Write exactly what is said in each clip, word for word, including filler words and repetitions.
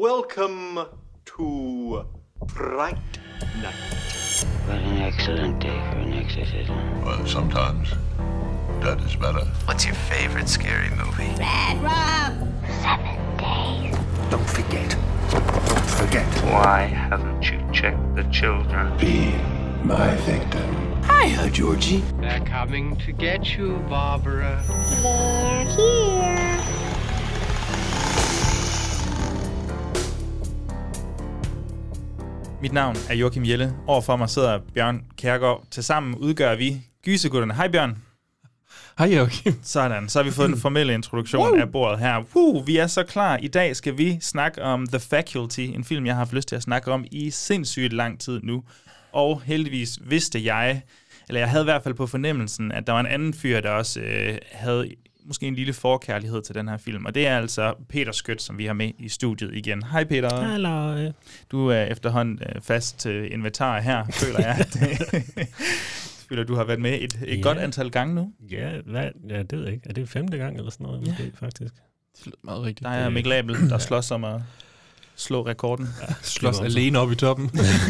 Welcome to Fright Night. What an excellent day for an exorcism. Well, sometimes that is better. What's your favorite scary movie? Red Rob! Seven days. Don't forget. Don't forget. Why haven't you checked the children? Be my victim. Hiya, Georgie. They're coming to get you, Barbara. They're here. Mit navn er Joachim Jelle. Overfor mig sidder Bjørn Kjærgaard. Tilsammen udgør vi Gysegutterne. Hej Bjørn. Hej Joachim. Sådan, så har vi fået den formelle introduktion uh. af bordet her. Uh, vi er så klar. I dag skal vi snakke om The Faculty, en film, jeg har haft lyst til at snakke om i sindssygt lang tid nu. Og heldigvis vidste jeg, eller jeg havde i hvert fald på fornemmelsen, at der var en anden fyr, der også øh, havde måske en lille forkærlighed til den her film. Og det er altså Peter Skødt, som vi har med i studiet igen. Hej Peter. Hallo. Du er efterhånden øh, fast øh, inventar her, føler jeg. Føler du har været med et, et ja. godt antal gange nu? Ja, hvad? Ja, det ved jeg ikke. Er det femte gang eller sådan noget? Ja. Måske, faktisk. Det lyder meget rigtigt. Der er Mikkel Abel, der slås om at slå rekorden. Ja, slås alene op i toppen.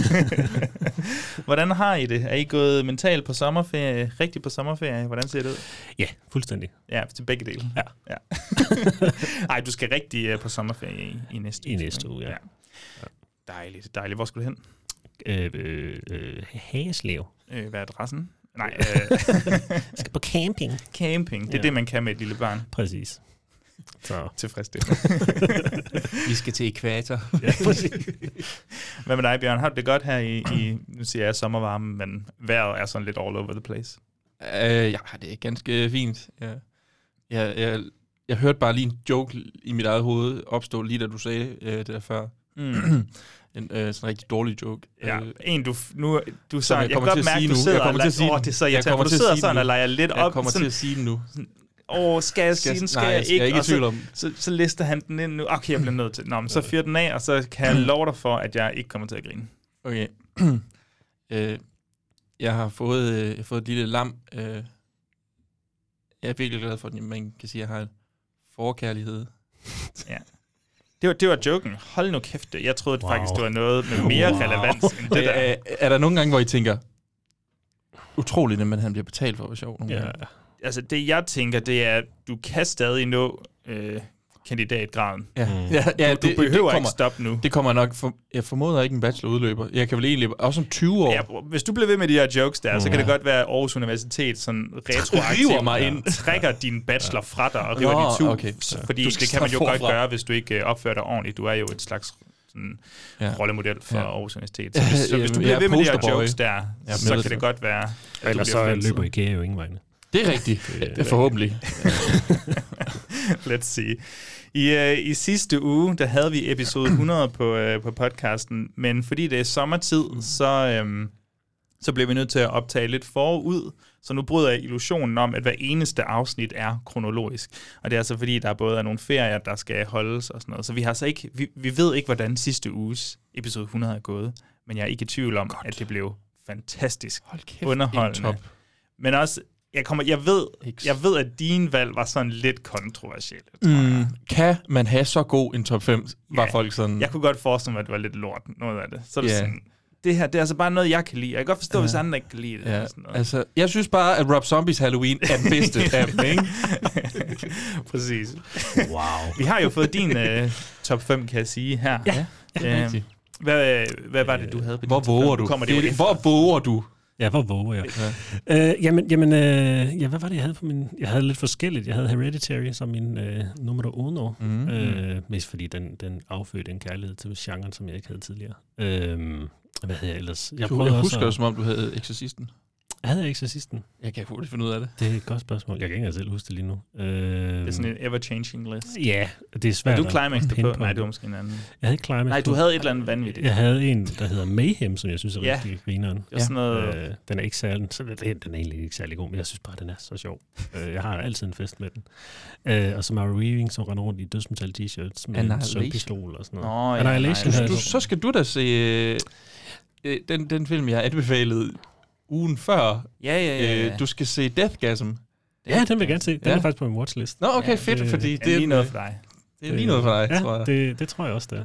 Hvordan har I det? Er I gået mentalt på sommerferie? Rigtig på sommerferie? Hvordan ser det ud? Ja, fuldstændig. Ja, til begge dele. Ja. ja. Ej, du skal rigtig uh, på sommerferie i, i næste uge. I næste uge, ja. ja. Dejligt, dejligt. Hvor skal du hen? Øh, øh, øh, Hageslev. Øh, hvad er adressen? Nej. Øh. skal på camping. Camping, det er ja. det, man kan med et lille barn. Præcis. Så. Tilfredsstillende. Vi skal til ekvator. Ja, hvad med dig, Bjørn? Har du det godt her i, i nu siger jeg sommervarme, men vejret er sådan lidt all over the place? Uh, ja, det er ganske fint. Jeg, jeg, jeg, jeg hørte bare lige en joke i mit eget hoved opstå, lige da du sagde uh, det der før. Mm. En uh, sådan rigtig dårlig joke. Ja, uh, en du nu du så jeg, jeg kan godt mærke, du sidder og lader, det så jeg kommer du sidder sådan og leger lidt jeg op. Jeg kommer sådan, til at sige den nu. Åh, oh, skal jeg sige den, skal nej, jeg ikke? Jeg ikke og så, om. Så, så lister han den ind nu. Okay, jeg bliver nødt til. Nå, men så fyr den af, og så kan jeg love dig for, at jeg ikke kommer til at grine. Okay. øh, jeg har fået, øh, jeg har fået et lille lam. Øh, jeg er virkelig glad for, at man kan sige, at jeg har en forkærlighed. Ja. Det var, det var joken. Hold nu kæft. Jeg troede wow. faktisk, det var noget med mere wow. relevans end det der. Er, er der nogle gange, hvor I tænker, utroligt, at man han bliver betalt for at være sjov? Nogle ja. gange? Altså, det jeg tænker, det er, at du kan stadig nå øh, kandidatgraden. Ja. Mm. ja, ja du, du det, behøver det kommer, ikke stoppe nu. Det kommer nok, for, jeg formoder ikke en bachelor udløber. Jeg kan vel egentlig, også om tyve år. Ja, hvis du bliver ved med de her jokes der, mm. så kan det godt være, at Aarhus Universitet sådan retroaktivt mig ind. trækker din bachelor fra dig og river Nå, de to. Okay. Fordi det kan man jo godt gøre, hvis du ikke opfører dig ordentligt. Du er jo et slags sådan, ja. rollemodel for ja. Aarhus Universitet. Så hvis, så hvis du bliver ved med de her jokes der, ja, så kan det godt være, at ellers så løber IKEA jo ingen vegne. Det er rigtigt. Det er, det er forhåbentlig. Let's see. I, uh, I sidste uge, der havde vi episode hundrede på, uh, på podcasten, men fordi det er sommertid, så, um, så blev vi nødt til at optage lidt forud. Så nu bryder jeg illusionen om, at hver eneste afsnit er kronologisk. Og det er altså fordi, der er både nogle ferier, der skal holdes og sådan noget. Så vi har altså ikke, vi, vi ved ikke, hvordan sidste uges episode hundrede er gået. Men jeg er ikke i tvivl om, God. at det blev fantastisk underholdende. Men også Jeg, kommer, jeg, ved, jeg ved, at din valg var sådan lidt kontroversiel. Mm, kan man have så god en top fem? Var ja, folk sådan... Jeg kunne godt forestille mig, at det var lidt lort, noget af det. Så yeah. det, sådan, det her, det er altså bare noget, jeg kan lide. Jeg kan godt forstå, ja. hvis andre ikke kan lide det. Ja. Sådan noget. Altså, jeg synes bare, at Rob Zombies Halloween er den bedste af dem, ikke? Præcis. Wow. Vi har jo fået din uh, top fem, kan jeg sige, her. Ja, det er rigtigt. Hvad, hvad var det, du havde på Hvor våger du? Det, det, hvor våger du? Ja, hvor våger jeg? Ja. Øh, jamen, jamen øh, ja, hvad var det, jeg havde på min... Jeg havde lidt forskelligt. Jeg havde Hereditary som min øh, nummer uno. Mm-hmm. Øh, mest fordi den, den affødte en kærlighed til genren, som jeg ikke havde tidligere. Øh, hvad havde jeg ellers? Jeg, du, jeg husker også, som om du havde Exorcisten. Havde jeg Exorcisten? Jeg kan hurtigt finde ud af det. Det er et godt spørgsmål. Jeg kan ikke engang selv huske det lige nu. Øh, det er sådan en ever-changing list. Ja, det er svært. Har du Climax på? Nej, det var måske en anden. Jeg havde Climax. Nej, du havde et eller andet vanvittigt. Jeg havde en, der hedder Mayhem, som jeg synes er ja. rigtig grineren. Ja. Sådan noget... øh, den er ikke særlig, så den er egentlig ikke særlig god, men jeg synes bare, den er så sjov. øh, jeg har altid en fest med den. Øh, og så Mara Weaving, som render rundt i dødsmetal t-shirts med en søvnpistol og sådan noget. Oh, ja, Annihilation. nej, du, så skal du da se øh, øh, den, den film, jeg har anbefalet ugen før. Ja, ja, ja. Øh, du skal se Deathgasm. Ja, den vil jeg gerne se. Den ja. er faktisk på min watchlist. Nå, okay, ja, fedt, det, fordi det er lige noget for dig. Det er lige noget for dig, ja, tror jeg. Det, det tror jeg også, det er.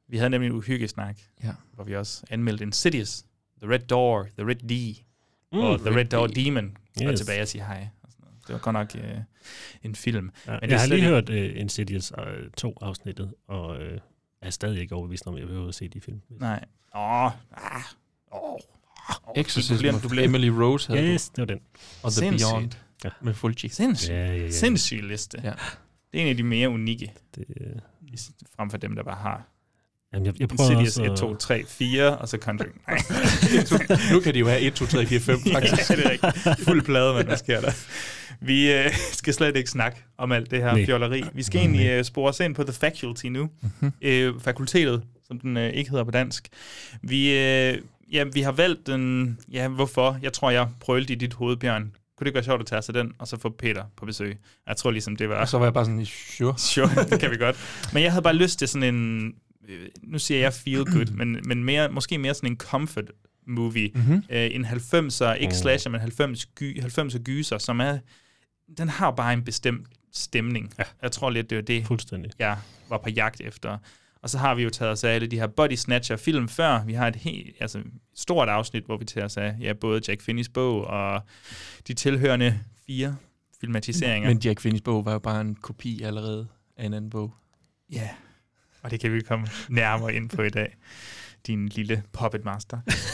Vi havde nemlig en uhyggesnak, ja. hvor vi også anmeldte Insidious, The Red Door, The Red D, mm, og The Red, Red Door D. Demon, yes. og tilbage og sige hej. Det var godt nok øh, en film. Ja, Men jeg det har lige ikke... hørt uh, Insidious uh, to afsnittet, og uh, er stadig ikke overbevist om, jeg vil at se de film. Nej. Åh, oh, ah, oh. Exorcism of Emily Rose havde yes, det var den. Og The Sindssygt. Beyond ja. Med Fulci. Sindssygt. Ja, ja, ja. Sindssygt liste. Ja. Det er en af de mere unikke, det, uh... frem for dem, der bare har Jamen, jeg, jeg prøver Insidious også... et, to, tre, fire, og så Conjuring. Nu kan de jo have et, to, tre, fire, fem, faktisk. Ja, det er rigtigt. Fuld plade, hvad der sker der. Vi øh, skal slet ikke snakke om alt det her Nej. fjolleri. Vi skal egentlig øh, spore os ind på The Faculty nu. Mm-hmm. Øh, fakultetet, som den øh, ikke hedder på dansk. Vi, øh, ja, vi har valgt den... Ja, hvorfor? Jeg tror, jeg prøvede i dit hoved, Bjørn. Kunne det ikke være sjovt at tage sig den, og så få Peter på besøg? Jeg tror ligesom, det var... Og så var jeg bare sådan, sure. Sure, det kan vi godt. Men jeg havde bare lyst til sådan en... Nu siger jeg feel good, men, men mere, måske mere sådan en comfort movie. Mm-hmm. Øh, en halvfemser, ikke slasher, men halvfems gy, halvfemser gyser, som er... Den har bare en bestemt stemning. Ja. Jeg tror lidt, det var det, Fuldstændig. jeg var på jagt efter. Og så har vi jo taget os af alle de her body snatcher film før. Vi har et helt altså, stort afsnit, hvor vi tager os af ja, både Jack Finney's bog og de tilhørende fire filmatiseringer. Men Jack Finney's bog var jo bare en kopi allerede af en anden bog. Ja, yeah. Og det kan vi komme nærmere ind på i dag. Din lille puppet master.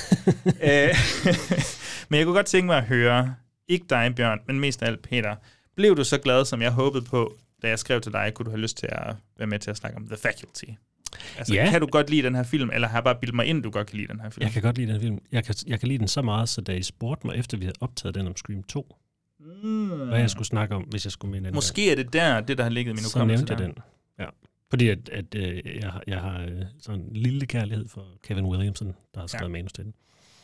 Men jeg kunne godt tænke mig at høre, ikke dig, Bjørn, men mest af alt Peter. Blev du så glad, som jeg håbede på, da jeg skrev til dig, kunne du have lyst til at være med til at snakke om The Faculty? Altså, ja. Kan du godt lide den her film, eller har jeg bare bildet mig ind, du godt kan lide den her film? Jeg kan godt lide den film. Jeg kan, jeg kan lide den så meget, så da I spurgte mig, efter vi havde optaget den om Scream to, mm. hvad jeg skulle snakke om, hvis jeg skulle med den. Måske er det der, det der har ligget i min hukommelse. Så nævnte jeg den. Ja. Fordi at, at øh, jeg, har, jeg har øh, sådan en lille kærlighed for Kevin Williamson, der har skrevet ja. manus til den.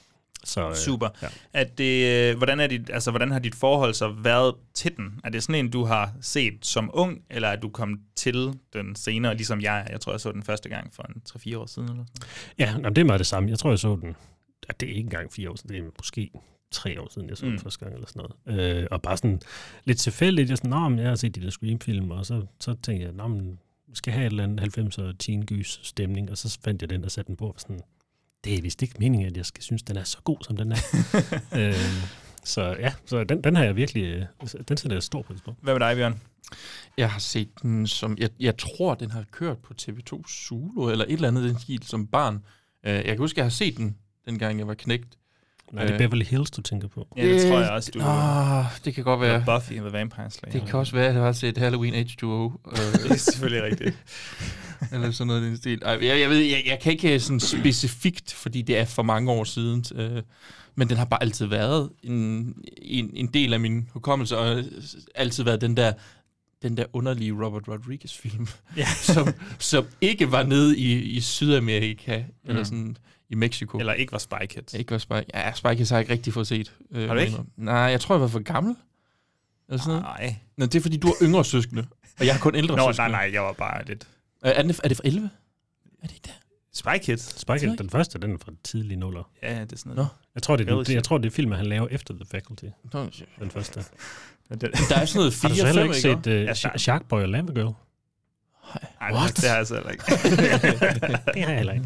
Så, øh, Super. Ja. At det, hvordan, er dit, altså, hvordan har dit forhold så været til den? Er det sådan en, du har set som ung, eller er du kommet til den senere, ligesom jeg? Jeg tror, jeg så den første gang for en tre-fire år siden. Eller sådan. Ja, jamen, det er meget det samme. Jeg tror, jeg så den... Ja, det er ikke engang fire år siden, det er måske tre år siden, jeg så den mm. første gang, eller sådan noget. Øh, og bare sådan lidt tilfældigt. Jeg, sådan, Nå, men jeg har set de der Scream-film, og så, så tænkte jeg, Nå, men vi skal have et eller andet halvfemser teen gys stemning, og så fandt jeg den og satte den på, og sådan... Det er vist ikke meningen, at jeg skal synes, den er så god, som den er. øh, så ja, så den, den har jeg virkelig, den sætter jeg stor pris på. Hvad med dig, Bjørn? Jeg har set den som, jeg, jeg tror, den har kørt på T V to Zulu, eller et eller andet den stil som barn. Jeg kan huske, jeg har set den, dengang jeg var knægt. Nej, det er Beverly Hills, du tænker på. Ja, det tror jeg også, du... Åh, det kan godt være. Buffy and the Vampire Slayer. Det kan også være, at jeg har set Halloween H to O. Det er selvfølgelig rigtigt. Eller sådan noget i den stil. Jeg, jeg ved, jeg, jeg kan ikke sådan specifikt, fordi det er for mange år siden, øh, men den har bare altid været en, en, en del af min hukommelse, og altid været den der, den der underlige Robert Rodriguez-film, ja. som, som ikke var nede i, i Sydamerika, mm. eller sådan i Mexico. Eller ikke var Spy Kids. Ikke var Spy Ja, Spy Kids har jeg ikke rigtig fået set. Øh, har du ikke? Nej, jeg tror, jeg var for gammel. Eller sådan noget. Nej. Nå, det er, fordi du er yngre søskende, og jeg har kun ældre Nå, søskende. nej, nej, jeg var bare lidt... Er det, er det for elleve? Er det ikke der? Spy Kids. Spy Kids, den første, den er fra tidlige nuller. Ja, det er sådan noget. Nå. Jeg tror, det er, det, jeg tror, det er filmen, han laver efter The Faculty. Nå, den første. Der er sådan noget fire, har du så heller ikke fem, set uh, ja, Sharkboy og Lambergirl? Nej, What? Det har jeg så heller ikke. Det har jeg heller ikke.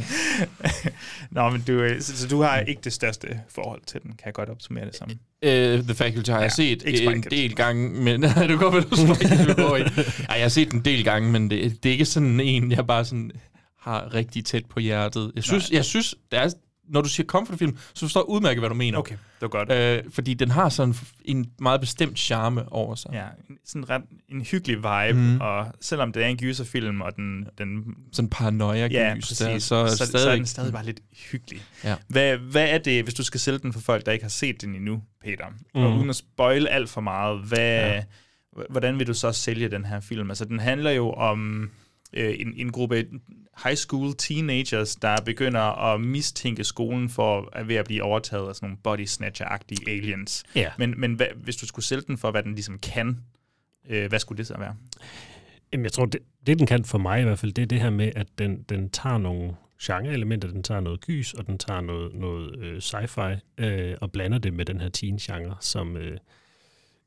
Nå, men du, så, så du har ikke det største forhold til den, kan jeg godt opsummere det sammen. Uh, The Faculty har jeg ja, set en del gange, men du går vel Ej, jeg har set en del gange, men det, det er ikke sådan en, jeg bare sådan har rigtig tæt på hjertet. Jeg synes, jeg synes der er, når du siger comfortfilm, så forstår jeg udmærket, hvad du mener. Okay, det var godt. Uh, fordi den har sådan en meget bestemt charme over sig. Ja, sådan ret en hyggelig vibe, mm. og selvom det er en gyserfilm, og den... den sådan paranoia-gys, ja, præcis, der, så, så, så, stadig, så er den stadig bare lidt hyggelig. Ja. Hvad, hvad er det, hvis du skal sælge den for folk, der ikke har set den endnu, Peter? Mm. Og uden at spoil alt for meget, hvad, ja. hvordan vil du så sælge den her film? Altså, den handler jo om øh, en, en gruppe high school teenagers, der begynder at mistænke skolen for at ved at blive overtaget af sådan nogle body snatcher-agtige aliens. Ja. Men, men hvad, hvis du skulle sælge den for, hvad den ligesom kan, øh, hvad skulle det så være? Jamen, jeg tror, det, det den kan for mig i hvert fald, det er det her med, at den, den tager nogle genre-elementer, den tager noget gys, og den tager noget, noget øh, sci-fi, øh, og blander det med den her teen-genre, som øh,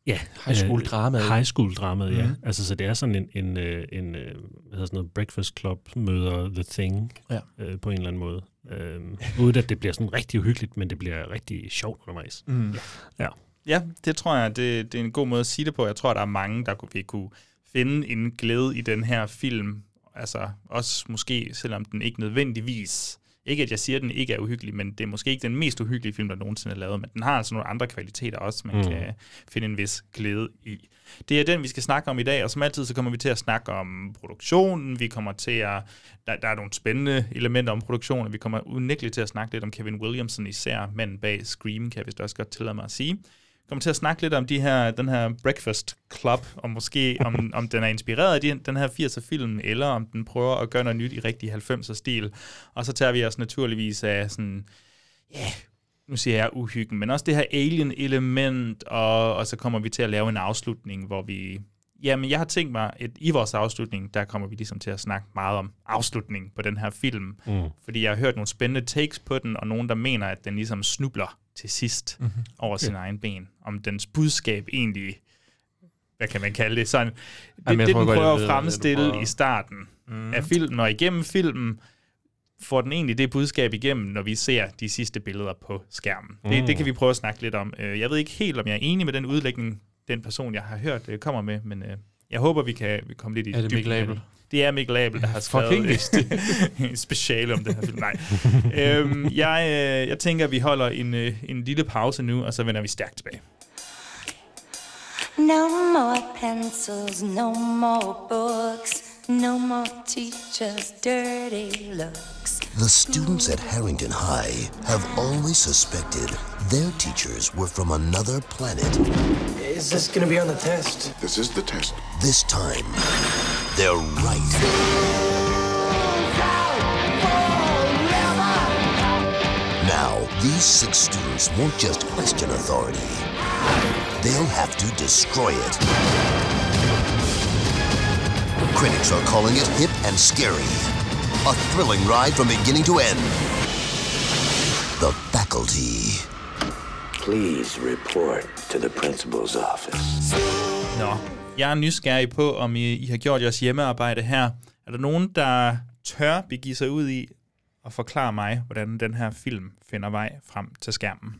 Ja, high school drama. High school drama, ja. Mm. Altså, så det er sådan en, en, en, en hvad hedder sådan noget, Breakfast Club møder The Thing ja. øh, på en eller anden måde. Øh, uden at det bliver sådan rigtig uhyggeligt, men det bliver rigtig sjovt undervejs. Mm. Ja. Ja, det tror jeg, det, det er en god måde at sige det på. Jeg tror, der er mange, der vil kunne finde en glæde i den her film. Altså også måske, selvom den ikke nødvendigvis... Ikke at jeg siger, at den ikke er uhyggelig, men det er måske ikke den mest uhyggelige film, der nogensinde er lavet, men den har altså nogle andre kvaliteter også, man mm. kan finde en vis glæde i. Det er den, vi skal snakke om i dag, og som altid, så kommer vi til at snakke om produktionen, vi kommer til at... Der, der er nogle spændende elementer om produktionen, vi kommer unægteligt til at snakke lidt om Kevin Williamson, især manden bag Scream, kan jeg vist også godt tillade mig at sige. Vi kommer til at snakke lidt om de her, den her Breakfast Club, og måske om, om den er inspireret af de, den her firser-film, eller om den prøver at gøre noget nyt i rigtig halvfemser-stil. Og så tager vi os naturligvis af sådan, ja, yeah, nu siger jeg uhyggen, men også det her alien-element, og, og så kommer vi til at lave en afslutning, hvor vi... Jamen, jeg har tænkt mig, at i vores afslutning, der kommer vi ligesom til at snakke meget om afslutning på den her film. Mm. Fordi jeg har hørt nogle spændende takes på den, og nogen, der mener, at den ligesom snubler til sidst mm-hmm. over sin okay. egen ben. Om dens budskab egentlig, hvad kan man kalde det? Sådan, det, Jamen, det den prøver at fremstille prøver... i starten mm. af filmen, og igennem filmen, får den egentlig det budskab igennem, når vi ser de sidste billeder på skærmen. Mm. Det, det kan vi prøve at snakke lidt om. Jeg ved ikke helt, om jeg er enig med den udlægning, den person, jeg har hørt, det kommer med, men øh, jeg håber, vi kan vi komme lidt i dybden. Er det Mikkel Abel? Det er Mikkel Abel, der har skrevet en speciale om den her film. Nej. øhm, jeg, øh, jeg tænker, at vi holder en, øh, en lille pause nu, og så vender vi stærkt tilbage. No more pencils, no more books, no more teachers' dirty looks. The students at Harrington High have always suspected their teachers were from another planet. Is this going to be on the test? This is the test. This time, they're right. Now, these six students won't just question authority. They'll have to destroy it. Critics are calling it hip and scary. A thrilling ride from beginning to end. The Faculty. Please report to the principal's office. Nå, jeg er nysgerrig på, om I, I har gjort jeres hjemmearbejde her. Er der nogen, der tør begive sig ud i at forklare mig, hvordan den her film finder vej frem til skærmen?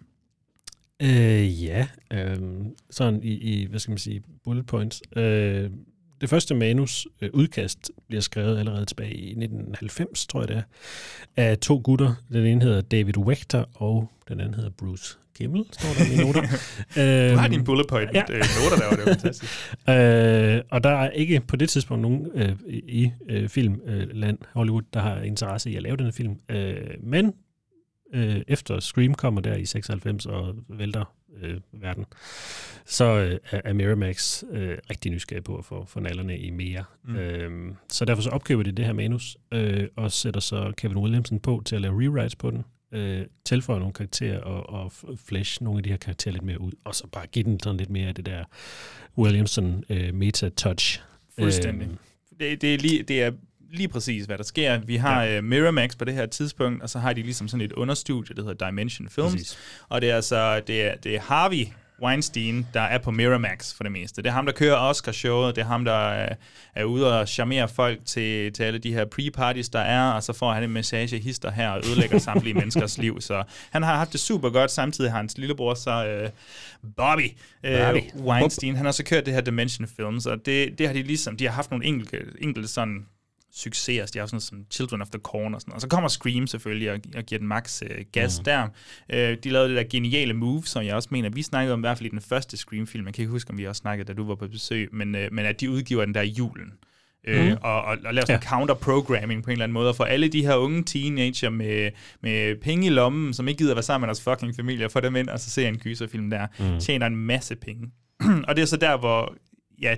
Øh, ja, øh, sådan i, i, hvad skal man sige, bullet points. Øh, det første manus, øh, udkast, bliver skrevet allerede tilbage i nitten halvfems, tror jeg det er, af to gutter. Den ene hedder David Wachter, og den anden hedder Bruce Kimmel, står der i mine noter. Du har din bullet point ja. noter der, det var fantastisk. øh, og der er ikke på det tidspunkt nogen øh, i øh, filmland, Hollywood, der har interesse i at lave den film. Øh, men øh, efter Scream kommer der i seksoghalvfems og vælter øh, verden, så øh, er Miramax øh, rigtig nysgerrig på at få, få nallerne i mere. Mm. Øh, så derfor så opkøber de det her manus, øh, og sætter så Kevin Williamson på til at lave rewrites på den, øh, tilføje nogle karakterer og, og flesh nogle af de her karakterer lidt mere ud, og så bare give den sådan lidt mere af det der Williamson øh, meta-touch. Fuldstændig. Øh, det, det, er lige, det er lige præcis, hvad der sker. Vi har ja. uh, Miramax på det her tidspunkt, og så har de ligesom sådan et understudie, der hedder Dimension Films. Præcis. Og det er altså det er, det er Harvey Weinstein, der er på Miramax for det meste. Det er ham, der kører Oscar-showet, det er ham, der er, er ude og charmere folk til, til alle de her pre-parties, der er, og så får han en massagehister her og ødelægger samtlige menneskers liv. Så han har haft det super godt. Samtidig har hans lillebror så uh, Bobby, uh, Weinstein, han har så kørt det her Dimension Films, og det, det har de ligesom, de har haft nogle enkelte, enkelte sådan succeser, de har sådan noget som Children of the Corn og sådan noget. Og så kommer Scream selvfølgelig og, og giver den max øh, gas mm. der. Øh, de lavede det der geniale move, som jeg også mener, vi snakkede om i hvert fald i den første Scream-film. Man kan ikke huske, om vi også snakkede, da du var på besøg, men, øh, men at de udgiver den der i julen. Øh, mm. og, og, og laver sådan ja. counter-programming på en eller anden måde, og for alle de her unge teenager med, med penge i lommen, som ikke gider være sammen med deres fucking familie, og få dem ind og så se en gyserfilm der, mm. tjener en masse penge. Og det er så der, hvor ja,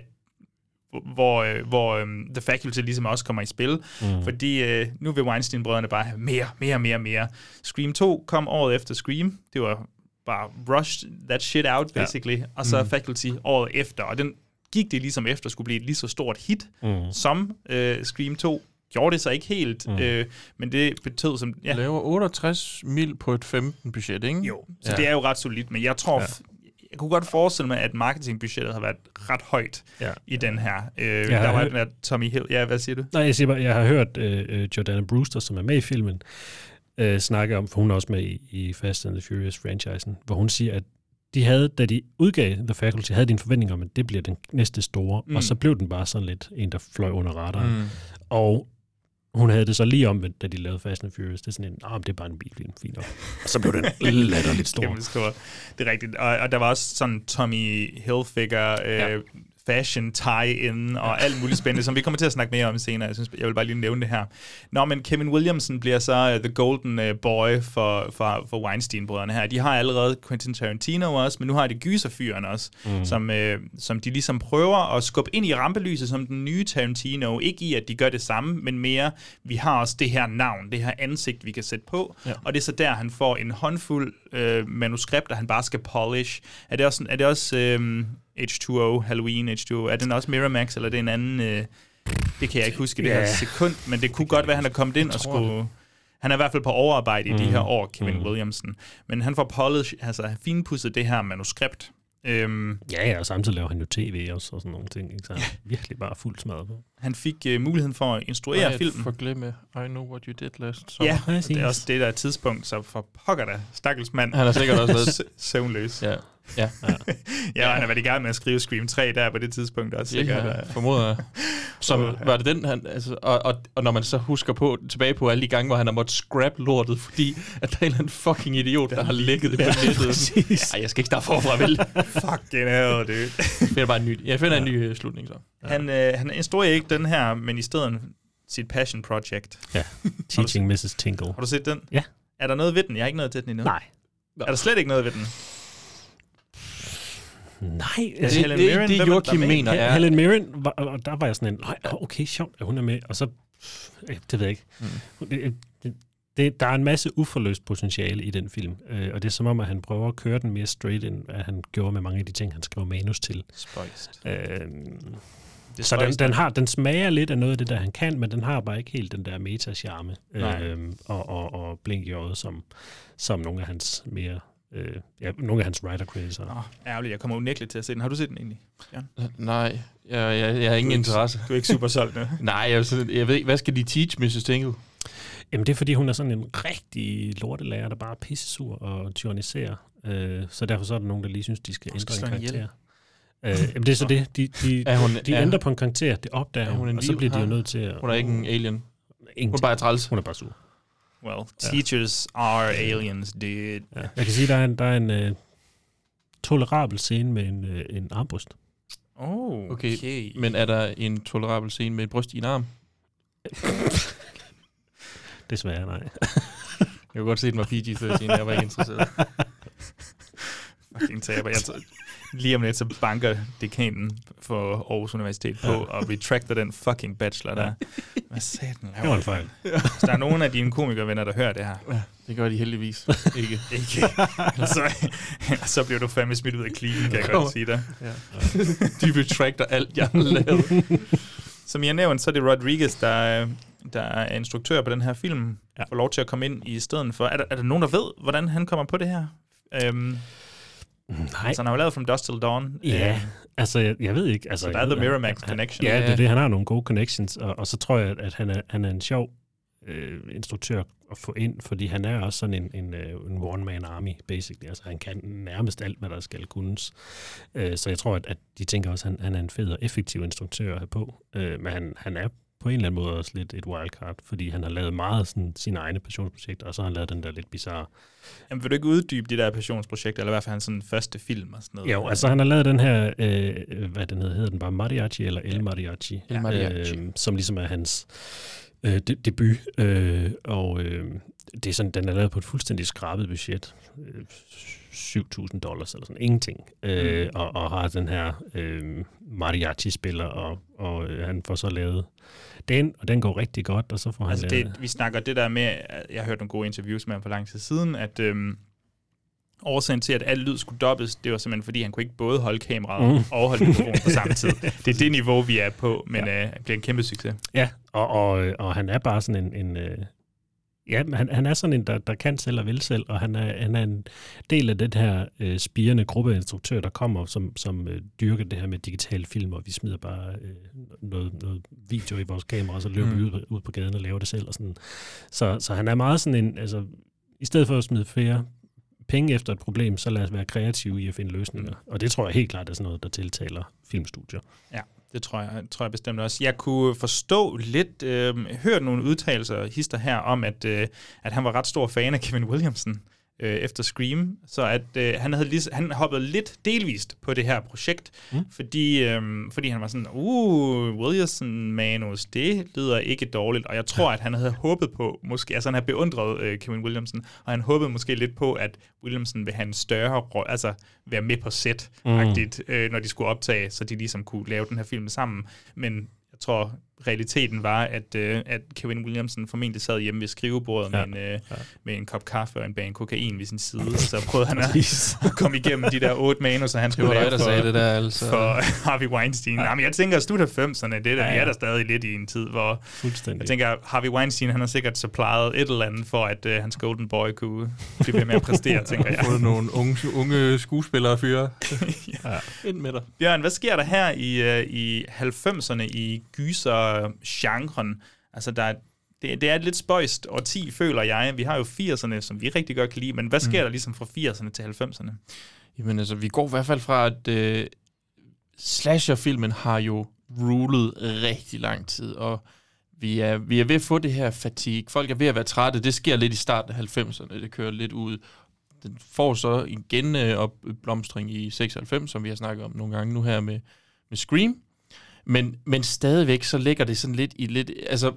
hvor, hvor um, The Faculty ligesom også kommer i spil, mm. fordi uh, nu vil Weinstein-brødrene bare have mere, mere, mere, mere. Scream to kom året efter Scream, det var bare rush that shit out, basically, ja. og så mm. Faculty året efter, og den gik det ligesom efter, skulle blive et lige så stort hit, mm. som uh, Scream to. Gjorde det så ikke helt, mm. øh, men det betød som... Ja. Laver otteogtres mil på et femten budget, ikke? Jo, så ja. det er jo ret solidt, men jeg tror... Ja. jeg kunne godt forestille mig, at marketingbudgettet har været ret højt ja. i den her. Øh, der var den der Tommy Hill. Ja, hvad siger du? Nej, jeg siger bare, jeg har hørt øh, Jordana Brewster, som er med i filmen, øh, snakke om, for hun er også med i, i Fast and the Furious-franchisen, hvor hun siger, at de havde, da de udgav The Faculty, havde de en forventning om, at det bliver den næste store, mm. og så blev den bare sådan lidt en, der fløj under radaren. Mm. Og hun havde det så lige om, da de lavede Fast and Furious. Det er sådan en, ah, det er bare en bilfilm, fint nok. Og så blev den latterligt stor. stor. Det er rigtigt. Og, og der var også sådan Tommy Hilfiger, øh, ja. fashion tie-in og alt muligt spændende, som vi kommer til at snakke mere om senere. Jeg synes, jeg vil bare lige nævne det her. Nå, men Kevin Williamson bliver så uh, the golden uh, boy for, for, for Weinstein-brødrene her. De har allerede Quentin Tarantino også, men nu har de gyserfyren også, mm. som, uh, som de ligesom prøver at skubbe ind i rampelyset som den nye Tarantino. Ikke i, at de gør det samme, men mere, vi har også det her navn, det her ansigt, vi kan sætte på. Ja. Og det er så der, han får en håndfuld uh, manuskripter, han bare skal polish. Er det også... Er det også uh, H to O, Halloween H to O. Er den også Miramax, eller er det en anden... Øh, det kan jeg ikke huske i det yeah. her sekund, men det kunne godt være, at han er kommet ind og skulle... Det. Han er i hvert fald på overarbejde i mm. de her år, Kevin mm. Williamson. Men han får polish, altså finpudset det her manuskript. Øhm, ja, ja, og samtidig laver han jo tv også og sådan nogle ting. Ikke? Så han ja. virkelig bare fuldt smadret på. Han fik øh, muligheden for at instruere Nej, filmen. For glemme, I know what you did last summer. Ja, det er også det der tidspunkt, så for pokker da, stakkels mand. Han har sikkert også været søvnløs. Ja. Ja. Ja. ja, og han har været i gang med at skrive Scream tre der på det tidspunkt også. Sikkert. Ja, formoder jeg. Som var det den, han, altså, og, og, og når man så husker på, tilbage på alle de gange, hvor han har måttet scrap lortet, fordi at der er en eller anden fucking idiot, der har lægget det på nettet. Ja, jeg skal ikke starte forfra, vel? Fucking hell, dude. Jeg finder bare en ny, jeg finder ja. en ny slutning så. Ja. Han, øh, han instruerer ikke den her, men i stedet sit passion project. Ja, Teaching missus Tingle. Har du set den? Ja. Er der noget ved den? Jeg har ikke noget til den endnu. Nej. Er der slet ikke noget ved den? Nej, det, det, Helen Mirren, det, det Joachim mener er... Helen Mirren, var, og der var jeg sådan en, okay, sjovt, at hun er med, og så, det ved jeg ikke. Mm. Det, det, det, der er en masse uforløst potentiale i den film, øh, og det er som om, at han prøver at køre den mere straight, end at han gjorde med mange af de ting, han skrev manus til. Spøjst. Øh, så den, den, har, den smager lidt af noget af det, der han kan, men den har bare ikke helt den der meta-charme øh, og, og, og blink i øjet, som, som nogle af hans mere... Øh, ja, nogle af hans writer credits. Åh, ærgerligt. Jeg kommer unægteligt til at se den. Har du set den egentlig? Ja. Nej, jeg, jeg, jeg har ingen interesse. Du er ikke super solgt nu? Nej, jeg, jeg ved ikke, hvad skal de teach, missus Tingle? Jamen, det er, fordi hun er sådan en rigtig lortelærer, der bare er pissesur og tyranniserer. Øh, så derfor så er der nogen, der lige synes, de skal ændre en karakter. Øh, jamen, det er så det. De, de, er hun, de ændrer er, på en karakter, det opdager hun, og så bliver de jo nødt til at... Hun er ikke en alien. Ingenting. Hun er bare træls. Hun er bare sur. Well, teachers ja. are aliens, dude. Ja. Jeg kan sige, der er en, der er en uh, tolerabel scene med en, uh, en armbryst. Oh, okay. okay. Men er der en tolerabel scene med et bryst i en arm? Desværre, nej. Jeg kunne godt se, at den var P G tretten, jeg var ikke interesseret. Fucking taber. Jeg tror, lige om lidt, så banker dekanen for Aarhus Universitet på, ja. og retracter den fucking bachelor der. Hvad sagde den? Det var en fejl. Hvis der er nogen af dine komikervenner, der hører det her. Ja, det gør de heldigvis ikke. ikke. Så, så bliver du fandme smidt ud af klikken, kan jeg godt sige dig. Ja. De retracter alt, jeg har lavet. Som jeg nævnte, så er det Rodriguez, der, der er instruktør på den her film, ja. får lov til at komme ind i stedet for. Er der, er der nogen, der ved, hvordan han kommer på det her? Øhm, Nej. Altså, han har jo lavet From Dusk Till Dawn. Ja, øh, altså, jeg, jeg ved ikke. Altså, så der er The Miramax connection. Ja, det er det. Han har nogle gode connections, og, og så tror jeg, at han er, han er en sjov øh, instruktør at få ind, fordi han er også sådan en, en, en one-man army, basically. Altså, han kan nærmest alt, hvad der skal kunnes. Øh, så jeg tror, at, at de tænker også, at han, han er en fed og effektiv instruktør at have på. Øh, men han, han er på en eller anden måde også lidt et wildcard, fordi han har lavet meget sådan sine egne passionsprojekter, og så har han lavet den der lidt bizarre. Jamen, vil du ikke uddybe de der passionsprojekter, eller i hvert fald hans sådan første film og sådan noget? Jo, altså han har lavet den her, øh, hvad den hedder, hedder den bare Mariachi, eller El Mariachi, El Mariachi. Øh, som ligesom er hans øh, de, debut, øh, og øh, det er sådan, den er lavet på et fuldstændig skrabet budget, øh, syv tusind dollars eller sådan, ingenting, øh, mm. og, og har den her øh, Mariachi-spiller, og, og øh, han får så lavet den, og den går rigtig godt, og så får altså han... Det, vi snakker det der med, jeg har hørt nogle gode interviews med ham for lang tid siden, at øhm, årsagen til, at al lyd skulle dobbes, det var simpelthen, fordi han kunne ikke både holde kameraet mm. og holde mikrofonen på samme tid. Det er det niveau, vi er på, men ja. øh, det bliver en kæmpe succes. Ja, og, og, og han er bare sådan en... en øh, Ja, han, han er sådan en, der, der kan selv og vil selv, og han er, han er en del af den her øh, spirende gruppe af instruktører, der kommer, som, som øh, dyrker det her med digital film, og vi smider bare øh, noget, noget video i vores kamera, og så løber mm. vi ud, ud på gaden og laver det selv. Og sådan. Så, så han er meget sådan en, altså, i stedet for at smide flere penge efter et problem, så lad os være kreative i at finde løsninger. Mm. Og det tror jeg helt klart er sådan noget, der tiltaler filmstudier. Ja. Det tror jeg, tror jeg bestemt også. Jeg kunne forstå lidt, øh, hørt nogle udtalelser hister her om, at, øh, at han var ret stor fan af Kevin Williamson øh, efter Scream, så at øh, han havde lige, han hoppede lidt delvist på det her projekt, mm. fordi, øh, fordi han var sådan, uh, Williamson-manus, det lyder ikke dårligt, og jeg tror, at han havde håbet på, måske, altså han havde beundret øh, Kevin Williamson, og han håbede måske lidt på, at Williamson vil have en større rolle, altså være med på set-agtigt, mm. øh, når de skulle optage, så de ligesom kunne lave den her film sammen, men jeg tror, realiteten var, at, øh, at Kevin Williamson formentlig sad hjemme ved skrivebordet ja. med, en, øh, ja. med en kop kaffe og en bane kokain ved sin side, og så prøvede han at, at komme igennem de der otte manus, han skulle lave for, det der, altså. for Harvey Weinstein. Ja. Jamen, jeg tænker, at slut halvfemserne, det der, ja, ja. er der stadig lidt i en tid, hvor jeg tænker, Harvey Weinstein, han har sikkert supplyet et eller andet, for at uh, hans golden boy kunne blive ved med at præstere, tænker jeg. Fået nogle unge, unge skuespillere og fyre. ja. Ind med dig. Bjørn, hvad sker der her i, uh, i halvfemserne i gyser-genren? Altså, der er, det, det er et lidt spøjst årti, føler jeg. Vi har jo firserne, som vi rigtig godt kan lide, men hvad sker mm. der ligesom fra firserne til halvfemserne? Jamen altså, vi går i hvert fald fra, at uh, slasher-filmen har jo rulet rigtig lang tid, og vi er, vi er ved at få det her fatigue. Folk er ved at være trætte. Det sker lidt i starten af halvfemserne. Det kører lidt ud. Den får så igen uh, opblomstring i seksoghalvfems, som vi har snakket om nogle gange nu her med, med Scream. Men, men stadigvæk så ligger det sådan lidt i lidt, altså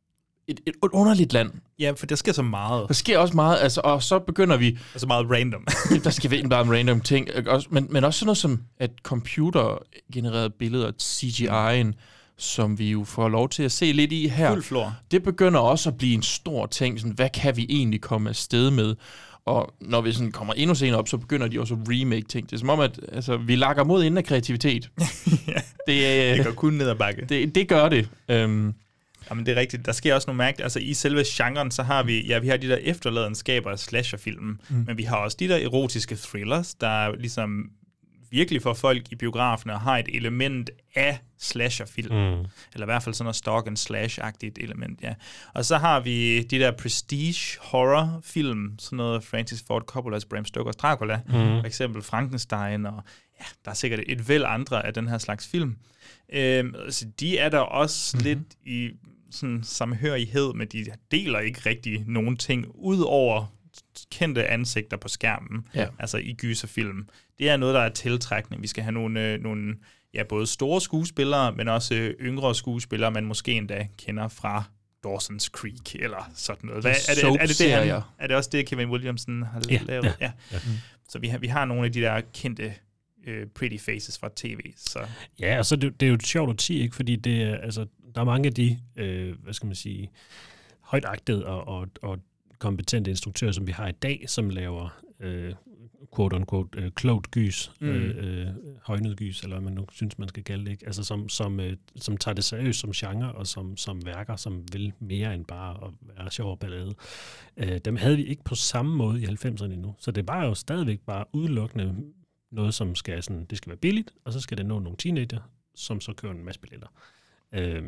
et, et underligt land. Ja, for der sker så meget. Der sker også meget, altså, og så begynder vi... Altså meget random. Der skal virkelig bare en random ting. Også, men, men også sådan noget som, at computergenererede billeder, C G I'en, som vi jo får lov til at se lidt i her. Fuld flor. Det begynder også at blive en stor ting. Sådan, hvad kan vi egentlig komme afsted med? Og når vi sådan kommer endnu senere op, så begynder de også at remake ting. Det er som om, at altså, vi lakker mod inden af kreativitet. ja, det, det går kun ned ad bakke. Det, det gør det. Um, Jamen, det er rigtigt. Der sker også nogle mærkeligt. Altså, i selve genren, så har vi, ja, vi har de der efterladenskaber af slasherfilmen, mm. men vi har også de der erotiske thrillers, der ligesom virkelig får folk i biografen og har et element af slasherfilm. Mm. Eller i hvert fald sådan noget stalk and slash-agtigt element, ja. Og så har vi de der prestige horror-film, sådan noget Francis Ford Coppola's Bram Stoker's Dracula, mm. for eksempel Frankenstein, og ja, der er sikkert et væld andre af den her slags film. Øhm, så de er der også mm. lidt i sådan samhørighed, men de deler ikke rigtig nogen ting, ud over kendte ansigter på skærmen, ja. Altså i gyserfilm. Det er noget, der er tiltrækning. Vi skal have nogle, øh, nogle ja, både store skuespillere, men også øh, yngre skuespillere, man måske endda kender fra Dawson's Creek, eller sådan noget. Hvad, er, det, er, er, det det, han, er det også det, Kevin Williamson har ja. lavet? Ja. Ja. Ja. Mm. Så vi har, vi har nogle af de der kendte øh, pretty faces fra tv. Så. Ja, og så det, det er jo et sjovt årti, ikke? Fordi det er, altså, der er mange af de, øh, hvad skal man sige, højtagtede og, og, og kompetente instruktører, som vi har i dag, som laver øh, quote-unquote øh, klogt gys, mm. øh, øh, højnet gys, eller hvad man nu synes, man skal kalde det, ikke? Altså som, som, øh, som tager det seriøst som genre, og som, som værker, som vil mere end bare at være sjov og ballade. Øh, dem havde vi ikke på samme måde i halvfemserne endnu, så det var jo stadigvæk bare udelukkende noget, som skal sådan, det skal være billigt, og så skal det nå nogle teenager, som så kører en masse billetter. Øh,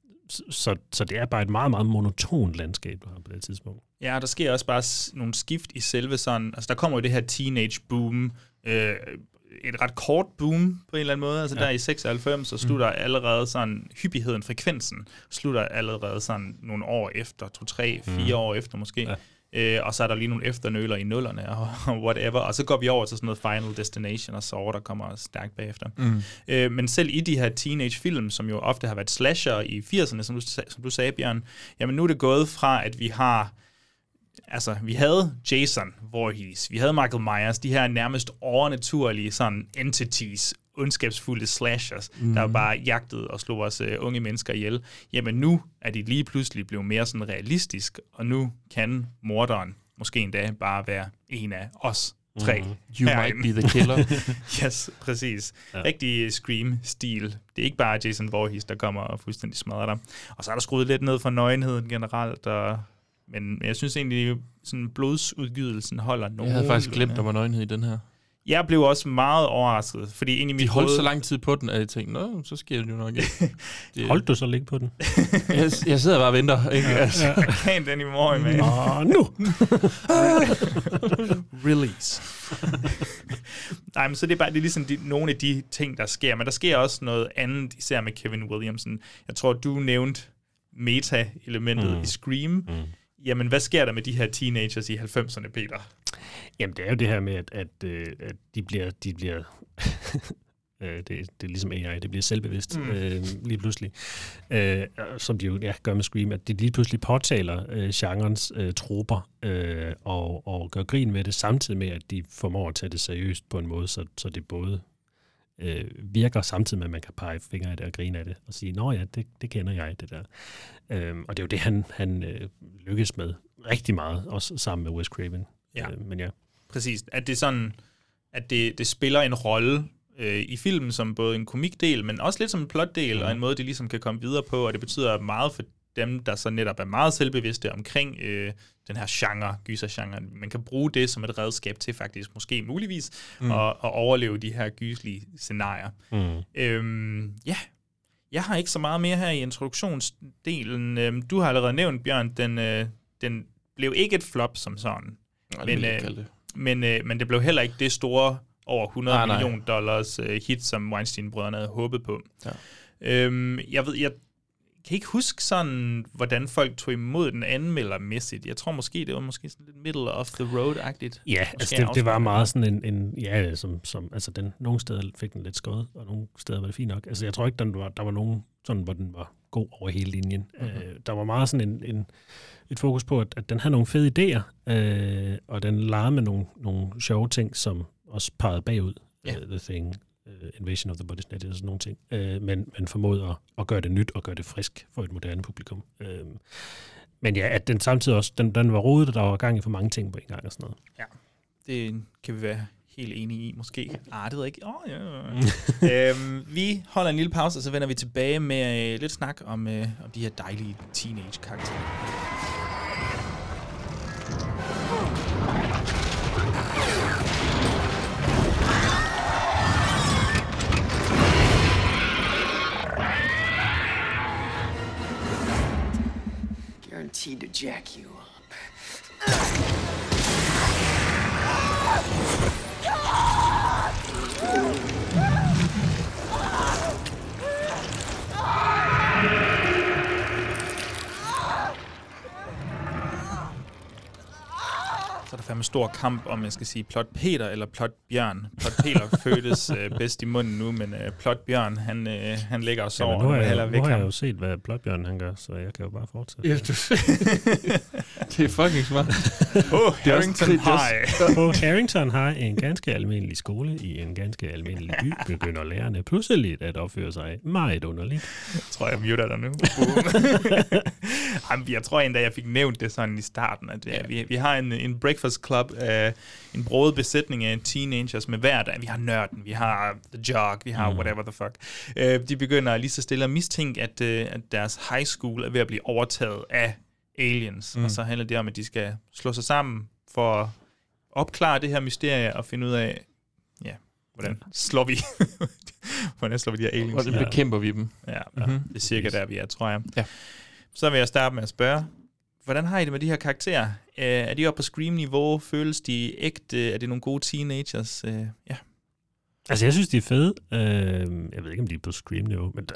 Så, så det er bare et meget, meget monotont landskab, du har på det tidspunkt. Ja, der sker også bare nogle skift i selve sådan... Altså, der kommer jo det her teenage-boom. Øh, et ret kort boom, på en eller anden måde. Altså, ja. Der i seksoghalvfems, så slutter mm. allerede sådan... Hyppigheden, frekvensen, slutter allerede sådan nogle år efter. To, tre, fire mm. år efter måske. Ja. Øh, og så er der lige nogle efternøler i nullerne og, og whatever, og så går vi over til sådan noget Final Destination og så der kommer stærkt bagefter. Mm. Øh, men selv i de her teenage-film, som jo ofte har været slasher i firserne, som du, som du sagde, Bjørn, jamen nu er det gået fra, at vi har, altså vi havde Jason Voorhees, vi havde Michael Myers, de her nærmest overnaturlige sådan entities, ondskabsfulde slashers, mm. der bare jagtede og slog vores uh, unge mennesker ihjel. Jamen nu er de lige pludselig blevet mere sådan realistisk, og nu kan morderen måske endda bare være en af os tre. Mm. You herinde. Might be the killer. Yes, præcis. Ja. Rigtig Scream-stil. Det er ikke bare Jason Voorhees, der kommer og fuldstændig smadrer dig. Og så er der skruet lidt ned for nøgenheden generelt, og men jeg synes egentlig, sådan blodsudgydelsen holder nogen. Jeg havde faktisk glemt, der var nøgenhed i den her. Jeg blev også meget overrasket, fordi ind i mit De holdt hoved... så lang tid på den, at jeg tænkte, nå, så sker det jo nok ikke. Det... Holdt du så længe på den? jeg, jeg sidder bare og venter. Ikke? Altså. Jeg kan den i morgen, man. Åh, nu! Release. Nej, men så det er bare det er ligesom de, nogle af de ting, der sker. Men der sker også noget andet, især med Kevin Williamson. Jeg tror, du nævnte meta-elementet mm. i Scream. Mm. Jamen, hvad sker der med de her teenagers i halvfemserne, Peter? Jamen, det er jo det her med, at, at, at de bliver... De bliver det, det er ligesom A I, det bliver selvbevidst mm. øh, lige pludselig. Øh, som de jo ja, gør med Scream, at de lige pludselig påtaler øh, genrens øh, troper øh, og, og gør grin med det, samtidig med, at de formår at tage det seriøst på en måde, så, så det både øh, virker samtidig med, at man kan pege fingre af det og grine af det, og sige, nå ja, det, det kender jeg, det der. Øh, og det er jo det, han, han øh, lykkes med rigtig meget, også sammen med Wes Craven. Ja, øh, men ja. Præcis. At det sådan, at det, det spiller en rolle øh, i filmen som både en komikdel, men også lidt som en plotdel, mm. og en måde, de ligesom kan komme videre på, og det betyder meget for dem, der så netop er meget selvbevidste omkring øh, den her genre, gysergenre. Man kan bruge det som et redskab til faktisk, måske muligvis, mm. at, at overleve de her gyselige scenarier. Mm. Øhm, ja, jeg har ikke så meget mere her i introduktionsdelen. Øhm, du har allerede nævnt, Bjørn, den, øh, den blev ikke et flop som sådan. Nej, men, øh, det. Men, øh, men det blev heller ikke det store over hundrede ah, millioner dollars øh, hit, som Weinstein-brødrene havde håbet på. Ja. Øhm, jeg ved, jeg kan ikke huske sådan, hvordan folk tog imod den anmeldermæssigt. Jeg tror måske, det var måske sådan lidt middle of the road-agtigt. Ja, altså det, det var meget sådan en, en ja, som, som, altså den, nogle steder fik den lidt skåret, og nogle steder var det fint nok. Altså jeg tror ikke, den var, der var nogen sådan, hvor den var god over hele linjen. Mm-hmm. Øh, der var meget sådan en, en et fokus på, at, at den havde nogle fede idéer, øh, og den legede med nogle, nogle sjove ting, som også pegede bagud. Yeah. Uh, the Thing, uh, Invasion of the Body Snatchers og sådan nogle ting. Uh, men, men formåede at, at gøre det nyt og gøre det frisk for et moderne publikum. Uh, men ja, at den samtidig også, den, den var rodet, og der var gang i for mange ting på en gang og sådan noget. Ja, det kan vi være helt enige i, måske. Ah, det ved jeg ikke. Oh, yeah. øhm, vi holder en lille pause, og så vender vi tilbage med øh, lidt snak om, øh, om de her dejlige teenage-karakterer. Guaranteed to jack you up. Så er der fandme stor kamp, om jeg skal sige Plot Peter eller Plot Bjørn. Plot Peter fødtes øh, bedst i munden nu, men øh, Plot Bjørn, han, øh, han ligger og sover. Ja, nu har jeg, jeg, nu har jeg jo set, hvad Plot Bjørn han gør, så jeg kan jo bare fortsætte. Ja, du... det er fucking smart. På Harrington High. På Harrington High, en ganske almindelig skole i en ganske almindelig by, begynder lærerne pludselig at opføre sig meget underligt. Jeg tror, jeg muter dig nu. Jamen, jeg tror endda, jeg fik nævnt det sådan i starten, at ja, vi, vi har en, en breakfast club, uh, en broget besætning af teenagers med hver dag. Vi har nørden, vi har the jog, vi har mm. whatever the fuck. Uh, de begynder lige så stille at mistænke, at, uh, at deres high school er ved at blive overtaget af aliens. Mm. Og så handler det om, at de skal slå sig sammen for at opklare det her mysterie og finde ud af, ja, hvordan slår vi hvordan slår vi de her aliens? Hvordan bekæmper vi dem? Ja, mm-hmm. Det er cirka der, vi er, tror jeg. Ja. Så vil jeg starte med at spørge, hvordan har I det med de her karakterer? Er de oppe på Scream-niveau? Føles de ægte? Er det nogle gode teenagers? Ja. Altså, jeg synes, de er fede. Jeg ved ikke, om de er på Scream-niveau, men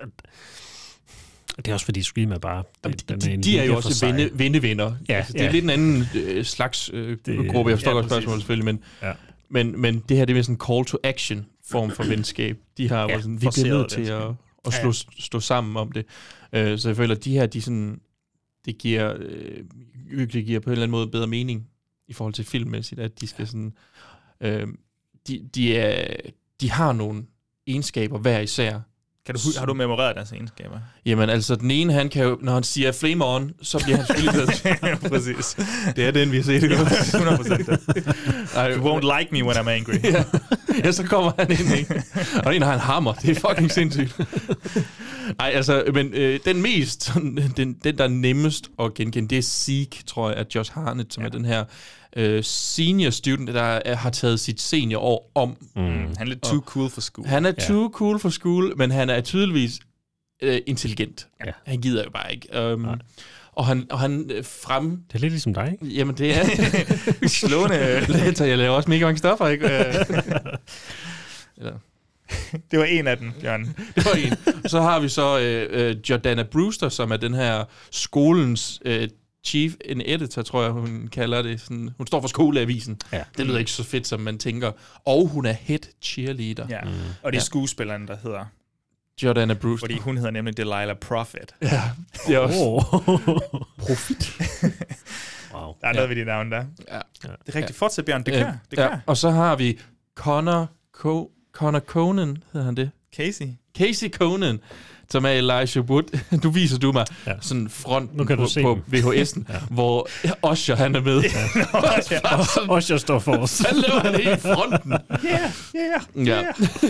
det er også fordi Scream er bare... Det, de, de, de er jo også vende, vennevenner. Ja, altså, det er ja. lidt en anden øh, slags øh, det, gruppe. Jeg forstår ja, godt spørgsmålet selvfølgelig, men, ja. men, men det her det er sådan en call to action form for venskab. De har ja, sådan, vi bliver nødt til at, at slå, ja. stå sammen om det. Uh, så jeg føler, at de her, de sådan, det giver, øh, det giver på en eller anden måde bedre mening i forhold til filmmæssigt, at de skal sådan... Øh, de, de, er, de har nogle egenskaber hver især. Kan du, har du memoreret deres egenskaber? Jamen altså, den ene, han kan jo, når han siger flame on, så bliver han selvfølgelig... Præcis. Det er den, vi har set. hundrede procent. You won't like me when I'm angry. ja. ja, så kommer han ind, ikke? Og en har en hammer. Det er fucking sindssygt. Nej, altså, men øh, den mest, sådan, den, den der er nemmest at genkende, det er Zeke, tror jeg, af Josh Hartnett, som ja. er den her øh, senior student, der er, har taget sit seniorår om. Mm. Han er lidt too cool for school. Han er ja. too cool for school, men han er tydeligvis øh, intelligent. Ja. Han gider jo bare ikke. Um, og han, og han frem... Det er lidt ligesom dig, ikke? Jamen, det er... Slående. Jeg laver også mega mange stoffer, ikke? Eller... Det var en af dem, Jørgen. Det var en. Så har vi så øh, øh, Jordana Brewster, som er den her skolens øh, chief in editor, tror jeg, hun kalder det. Sådan, hun står for skoleavisen. Ja. Det lyder ikke så fedt, som man tænker. Og hun er head cheerleader. Ja. Mm. Og det er ja. skuespilleren, der hedder... Jordana Brewster. Fordi hun hedder nemlig Delilah Profit. Ja, det er også... Oh. Profit. Wow. Der er noget ja. ved de navn der. Ja. Det er rigtigt. Ja. Fortsæt, Bjørn. Det ja. kan. Det ja. kan. Og så har vi Connor... Co- Connor Conan, hedder han det? Casey. Casey Conan, som er Elijah Wood. Nu viser du mig ja. sådan fronten på, på V H S'en, ja. hvor Usher han er med. Ja. Ja. Usher står for os. Han laver han helt fronten. Yeah, yeah, ja.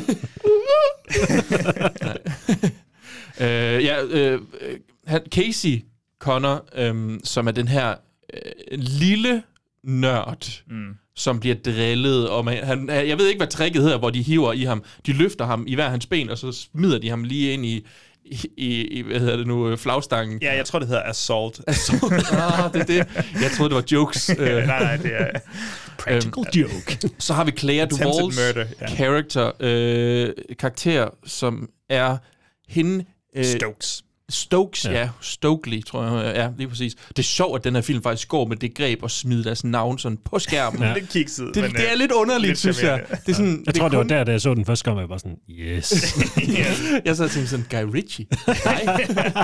yeah. uh, ja, uh, Casey Connor, um, som er den her uh, lille nørd, mm. som bliver drillet, og man, han, jeg ved ikke, hvad tricket hedder, hvor de hiver i ham. De løfter ham i hver hans ben, og så smider de ham lige ind i, i, i hvad hedder det nu, flagstangen. Ja, jeg tror, det hedder assault. Assault. ah, det er det. Jeg troede, det var jokes. nej, nej, det er... Practical um, joke. Så har vi Claire Duvalls yeah. character, øh, karakter, som er hende... Øh, Stokes. Stokes, ja. ja. Stokely, tror jeg. Ja, lige præcis. Det er sjovt, at den her film faktisk går med det greb og smider deres navn sådan på skærmen. Ja. Lidt kikset. Det, men, det er lidt underligt, lidt synes jeg. Det er sådan, jeg det tror, kun... det var der, da jeg så den første gang, og jeg var sådan, yes. yes. Jeg så tænkte sådan, Guy Ritchie. Nej.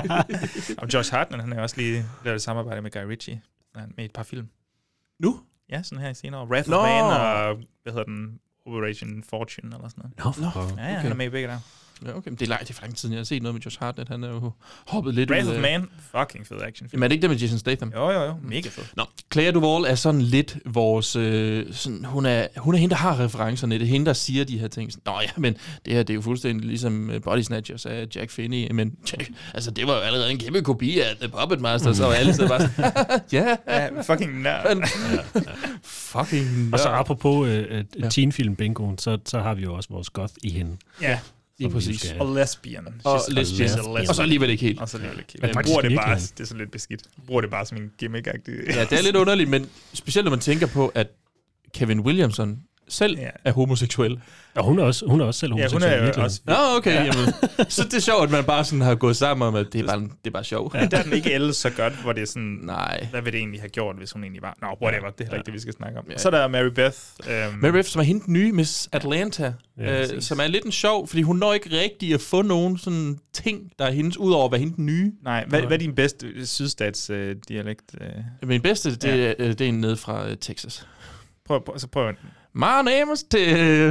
Og Josh Hartnett, han har også lige lavet et samarbejde med Guy Ritchie med et par film. Nu? Ja, sådan her senere. Wrath of Man og, hvad hedder den, Operation Fortune eller sådan noget. Nå, no, ja, ja, okay. Han er med i begge der. Ja, okay. Det er, langt, det er for lang tid, jeg har set noget med Josh Hartnett. Han er jo hoppet lidt Wrath ud of Man, fucking fed action film. Men er det ikke det med Jason Statham? Jo, jo, jo. Mega fed. Nå, Claire Duvall er sådan lidt vores... Øh, sådan, hun, er, hun er hende, der har referencerne. Det er hende, der siger de her ting. Nå ja, men det her det er jo fuldstændig ligesom Body Snatchers af Jack Finney. Men Jack, altså, det var jo allerede en kæmpe kopi af The Puppet Master, så alle steder bare sådan... ja, ja, fucking nørd. ja, ja. Fucking nørd. Og så apropos øh, ja. teenfilm-bingoen, så, så har vi jo også vores goth i hende. Ja. Lige præcis. Og lesbian. Og lesbian. lesbian. Og så alligevel ikke helt. Og så alligevel ikke helt. Men bruger det bare, det er så lidt beskidt. Bruger det bare som en gimmick-agtig. Ja, det er lidt underligt, men specielt når man tænker på, at Kevin Williamson selv ja. er homoseksuel. Og hun er også, hun er også selv homoseksuel. Ja, hun er jo også. Nå, okay. Ja. Jamen, så det er sjovt, at man bare sådan har gået sammen om, at det er bare, det er bare sjovt. Ja, der er den ikke ældet så godt, hvor det er sådan, nej. Hvad vil det egentlig have gjort, hvis hun egentlig var? Nå, whatever, det er ja. ikke det, vi skal snakke om. Ja. Så er der Mary Beth. Um... Mary Beth, som er hende den nye Miss Atlanta, ja, øh, som er lidt en sjov, fordi hun når ikke rigtig at få nogen sådan ting, der er hendes, udover at være hende den nye. Nej, hvad, hvad er din bedste sydstatsdialekt? Øh, øh? Min bedste, det, ja. det er en nede fra uh, Texas. Prøv, prøv, så prøv. My name is Ted.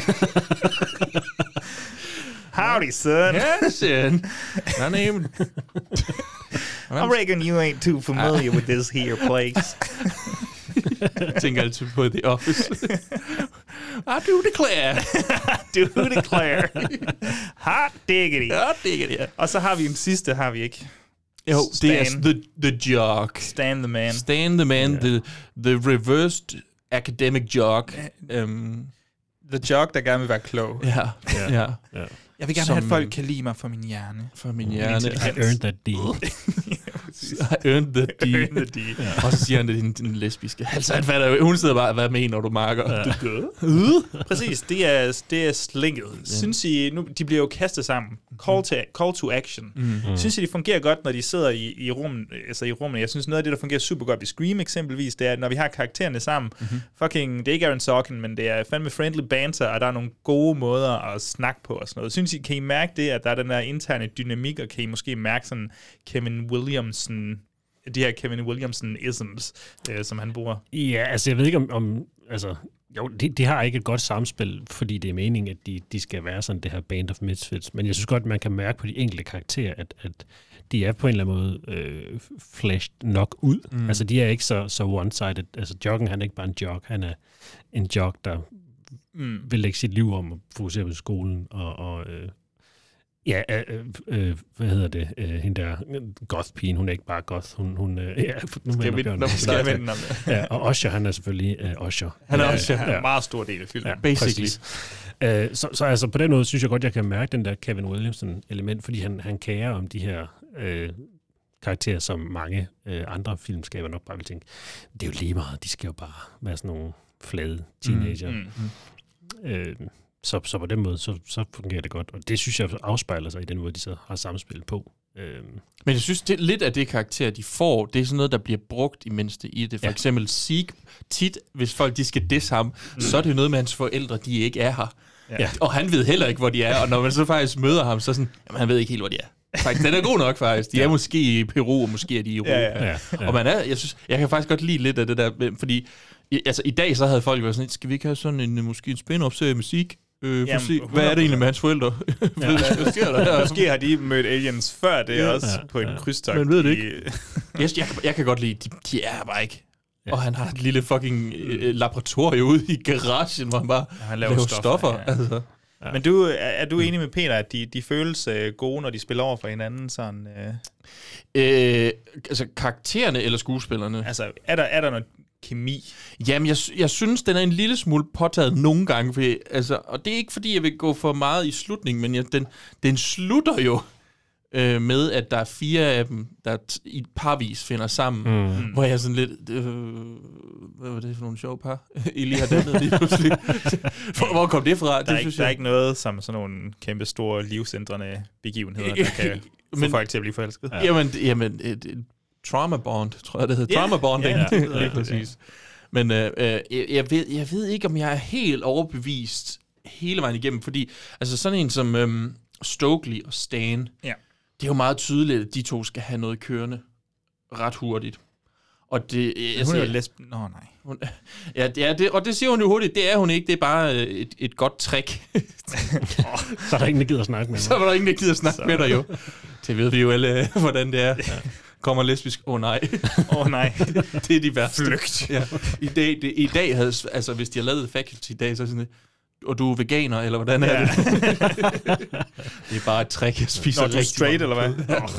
Howdy, son. Yes, son. My name... I reckon you ain't too familiar with this here place. Jeg tænker altid på The Office. I do declare. I do declare. Hot diggity. Hot diggity, ja. Og så har vi en sidste, har vi ikke? Jo, Stan. Det er the, the jock. Stan the man. Stan the man, yeah. the, the reversed academic jock. Um, the jock, der gerne vil være klog. Ja, ja. ja. ja. Jeg vil gerne Som, have, at folk kan lide mig for min hjerne. For min hjerne. I earned that D. I earned that D. earned the D. Ja. Og så siger han, det er den, den lesbiske. Altså, han fatter, hun sidder bare, hvad mener du, marker? Ja. Præcis, det er, det er slinget. Ja. Synes I, nu, de bliver jo kastet sammen. Call to, call to action. Mm. Synes I, det fungerer godt, når de sidder i, i, rum, altså i rummet? Jeg synes, noget af det, der fungerer super godt i Scream eksempelvis, det er, når vi har karaktererne sammen. Mm-hmm. Fucking, det er ikke Aaron Sorkin, men det er fandme friendly banter, og der er nogle gode måder at snakke på og sådan noget. Synes I, kan I mærke det, at der er den der interne dynamik, og kan I måske mærke sådan Kevin Williamson, de her Kevin Williamson-isms, øh, som han bruger? Ja, altså jeg ved ikke om, om altså, jo, de, de har ikke et godt samspil, fordi det er meningen, at de, de skal være sådan det her band of misfits, men jeg synes godt, man kan mærke på de enkelte karakterer, at, at de er på en eller anden måde øh, flashed nok ud. Mm. Altså de er ikke så, så one-sided. Altså Joggen, han er ikke bare en jog, han er en jog, der mm. vil lægge sit liv om at fokusere på skolen, og, og øh, Ja, øh, øh, hvad hedder det? Øh, hende der goth-pigen, hun er ikke bare goth, hun... hun øh, ja, nu skal jeg vende, skal jeg vende om det? Ja, og Usher, han er selvfølgelig øh, Usher. Han er Usher, han er en meget stor del af filmen. Ja, basically. Øh, så, så altså på den måde synes jeg godt, jeg kan mærke den der Kevin Williamson-element, fordi han, han kærer om de her øh, karakterer, som mange øh, andre filmskaber nok bare vil tænke, det er jo lige meget, de skal jo bare være sådan nogle flade teenager. Mm, mm. Øh, Så, så på den måde, så, så fungerer det godt. Og det synes jeg afspejler sig i den måde, de så har samspil på. Øhm. Men jeg synes, det, lidt af det karakter, de får, det er sådan noget, der bliver brugt imens det i det. For ja. eksempel Zeke, tit, hvis folk de skal disse ham, mm. så er det jo noget med hans forældre, de ikke er her. Ja. Og han ved heller ikke, hvor de er. Og når man så faktisk møder ham, så er sådan, jamen han ved ikke helt, hvor de er. Faktisk, den er god nok faktisk. De ja. er måske i Peru, og måske er de i Europa. Ja, ja, ja. Og man er, jeg synes, jeg kan faktisk godt lide lidt af det der, fordi i, altså, i dag så havde folk været sådan, skal vi ikke have sådan en, måske en spin-off-serie med Zeke? Øh, for se, hvad er det egentlig med hans forældre? Ja. Hvad sker der der? Måske har de mødt aliens før det ja. også ja. på en ja. krydstogt. Man ved det ikke. yes, jeg, jeg kan godt lide, de, de er bare ikke. Ja. Og han har et lille fucking øh, laboratorium ude i garagen, hvor han bare ja, han laver, laver stoffer. stoffer. Ja. Altså. Ja. Men du, er, er du enig med Peter, at de, de føles øh, gode, når de spiller over for hinanden? Sådan, øh? Øh, altså karaktererne eller skuespillerne? Altså, er der, er der noget kemi? Jamen, jeg, jeg synes, den er en lille smule påtaget nogle gange, fordi, altså, og det er ikke, fordi jeg vil gå for meget i slutningen, men jeg, den, den slutter jo øh, med, at der er fire af dem, der t- i et parvis finder sammen, mm. hvor jeg sådan lidt, øh, hvad var det for nogle sjove par? Eli har dannet lige pludselig. Hvor kom det fra? Der er, det, ikke, der er ikke noget som sådan nogle kæmpe store livsændrende begivenheder, der kan få men, folk til at blive forelsket. Ja. Jamen, jamen et, et trauma bond, tror jeg det hedder. Yeah. Trauma bonding, yeah, yeah, lige præcis. Men øh, jeg, jeg, ved, jeg ved ikke, om jeg er helt overbevist hele vejen igennem, fordi altså sådan en som øhm, Stokely og Stan, ja. det er jo meget tydeligt, at de to skal have noget kørende ret hurtigt. Og det, jeg, hun er jo lesben. Nå, nej. Hun, ja, det er det, og det siger hun jo hurtigt. Det er hun ikke. Det er bare et, et godt trick. Så er der ingen, der gider snakke med Så er der ingen, der gider snakke så. med dig jo. Det ved vi jo alle, hvordan det er. Ja. Kommer lesbisk. Åh oh, nej. Åh oh, nej. Det er de værste. Flygt. Ja. I dag, det, i dag havde, altså hvis de har lavet Faculty i dag, så er sådan, og du er veganer, eller hvordan er ja. det? Det er bare et trick, jeg spiser Nå, du rigtig straight, eller hvad?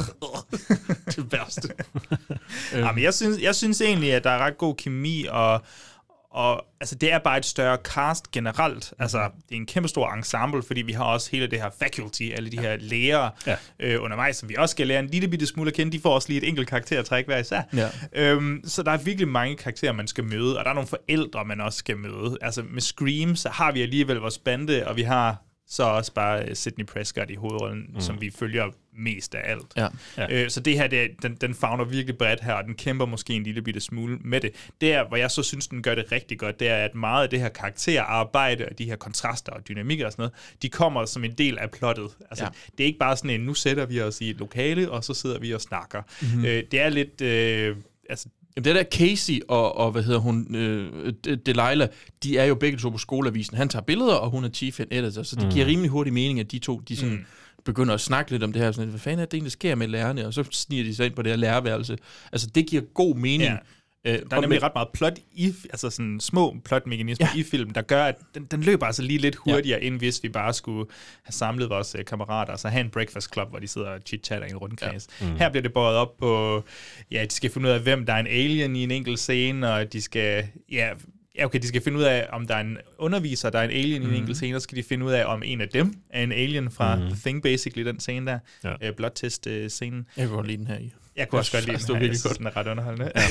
Det værste. Jamen, jeg synes, jeg synes egentlig, at der er ret god kemi, og, og altså, det er bare et større cast generelt. Altså, det er en kæmpe stor ensemble, fordi vi har også hele det her faculty, alle de her lærere ja. øh, undervejs, som vi også skal lære en lille bitte smule at kende. De får også lige et enkelt karaktertræk hver især. Ja. Øhm, så der er virkelig mange karakterer, man skal møde, og der er nogle forældre, man også skal møde. Altså, med Scream, så har vi alligevel vores bande, og vi har så også bare Sidney Prescott i hovedrollen, mm. som vi følger mest af alt. Ja. Ja. Øh, så det her, det, den, den favner virkelig bredt her, og den kæmper måske en lille bitte smule med det. Der, hvor jeg så synes, den gør det rigtig godt, det er, at meget af det her karakterarbejde, og de her kontraster og dynamikker og sådan noget, de kommer som en del af plottet. Altså, ja. Det er ikke bare sådan en, nu sætter vi os i et lokale, og så sidder vi og snakker. Mm-hmm. Øh, det er lidt... Øh, altså, Jamen, det der Casey og, og hvad hedder hun, øh, Delilah, de er jo begge to på skoleavisen. Han tager billeder, og hun er chief editor, så det mm. giver rimelig hurtig mening, at de to, de sådan mm. begynder at snakke lidt om det her. Sådan, hvad fanden er det egentlig, der sker med lærerne? Og så sniger de sig ind på det her lærerværelse. Altså, det giver god mening. Ja. Øh, der er nemlig med, ret meget plot i, altså sådan små plotmekanismer ja. i filmen, der gør, at den, den løber altså lige lidt hurtigere, ja. end hvis vi bare skulle have samlet vores uh, kammerater, altså have en breakfast club, hvor de sidder og chit-chatter i en rundkreds. Ja. Mm. Her bliver det båret op på, ja, de skal finde ud af, hvem der er en alien i en enkelt scene, og de skal, ja, ja okay, de skal finde ud af, om der er en underviser, der er en alien mm. i en enkelt scene, og så skal de finde ud af, om en af dem er en alien fra mm. The Thing, basically, den scene der, ja. uh, blodtest-scenen. Uh, jeg kan godt lide den her i. Jeg kunne også godt lide den her, jeg synes, den er ret underholdende. Ja.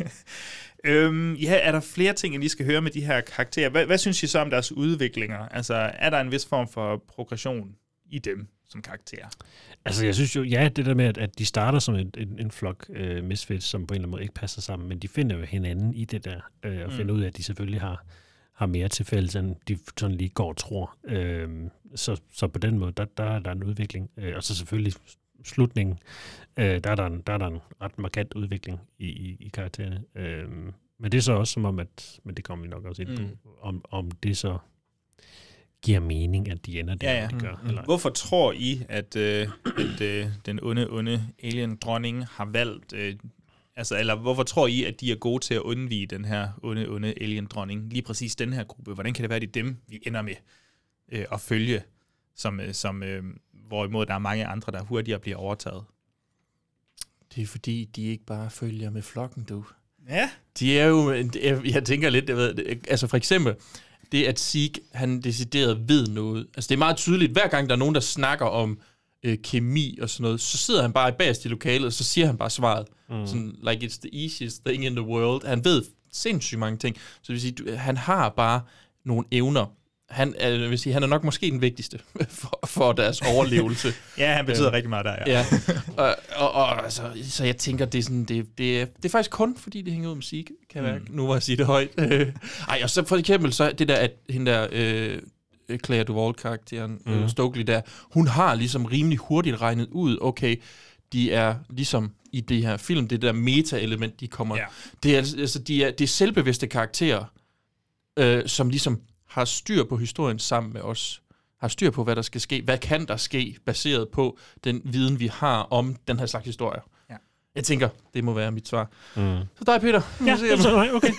øhm, ja, er der flere ting, I lige skal høre med de her karakterer? Hvad, hvad synes I så om deres udviklinger? Altså, er der en vis form for progression i dem som karakterer? Altså, jeg synes jo, ja, det der med, at, at de starter som en, en, en flok øh, misfits, som på en eller anden måde ikke passer sammen, men de finder jo hinanden i det der, øh, og mm. finder ud af, at de selvfølgelig har, har mere til fælles, end de sådan lige går og tror. Øh, så, så på den måde, der, der er der en udvikling. Øh, og så selvfølgelig slutningen, øh, der, er der, en, der er der en ret markant udvikling i, i, i karaktererne. Øh, men det er så også som om, at, men det kommer vi nok også ind på, mm. om, om det så giver mening, at de ender der, ja, ja. de gør. Mm. Eller? Hvorfor tror I, at, øh, at øh, den onde, onde alien-dronning har valgt, øh, altså, eller hvorfor tror I, at de er gode til at undvige den her onde, onde alien-dronning? Lige præcis den her gruppe. Hvordan kan det være, at det er dem, vi ender med øh, at følge? Som, som, øh, hvorimod der er mange andre, der hurtigere bliver overtaget. Det er fordi, de ikke bare følger med flokken, du. Ja. De er jo, jeg, jeg tænker lidt, jeg ved, altså for eksempel, det at Zeke, han decideret ved noget. Altså det er meget tydeligt, hver gang der er nogen, der snakker om øh, kemi og sådan noget, så sidder han bare i bagerst i lokalet, og så siger han bare svaret. Mm. Sådan, like it's the easiest thing in the world. Han ved sindssygt mange ting. Så det vil sige, du, han har bare nogle evner. Han, jeg vil sige, han er nok måske den vigtigste for, for deres overlevelse. Ja, han betyder øh, rigtig meget der, ja. ja. Og, og, og altså, så jeg tænker, det er, sådan, det, det, er, det er faktisk kun, fordi det hænger ud med musik, kan jeg mm. nu var jeg sige det højt. Ej, og så for eksempel, så det der, at hende der, øh, Claire Duvall-karakteren, mm. øh, Stokely der, hun har ligesom rimelig hurtigt regnet ud, okay, de er ligesom i det her film, det der meta-element, de kommer. Ja. Det er altså, de er, det er selvbevidste karakterer, øh, som ligesom har styr på historien sammen med os, har styr på, hvad der skal ske, hvad kan der ske, baseret på den viden, vi har om den her slags historier. Ja. Jeg tænker, det må være mit svar. Mm. Så dig, Peter. Ja, det er mig. Okay.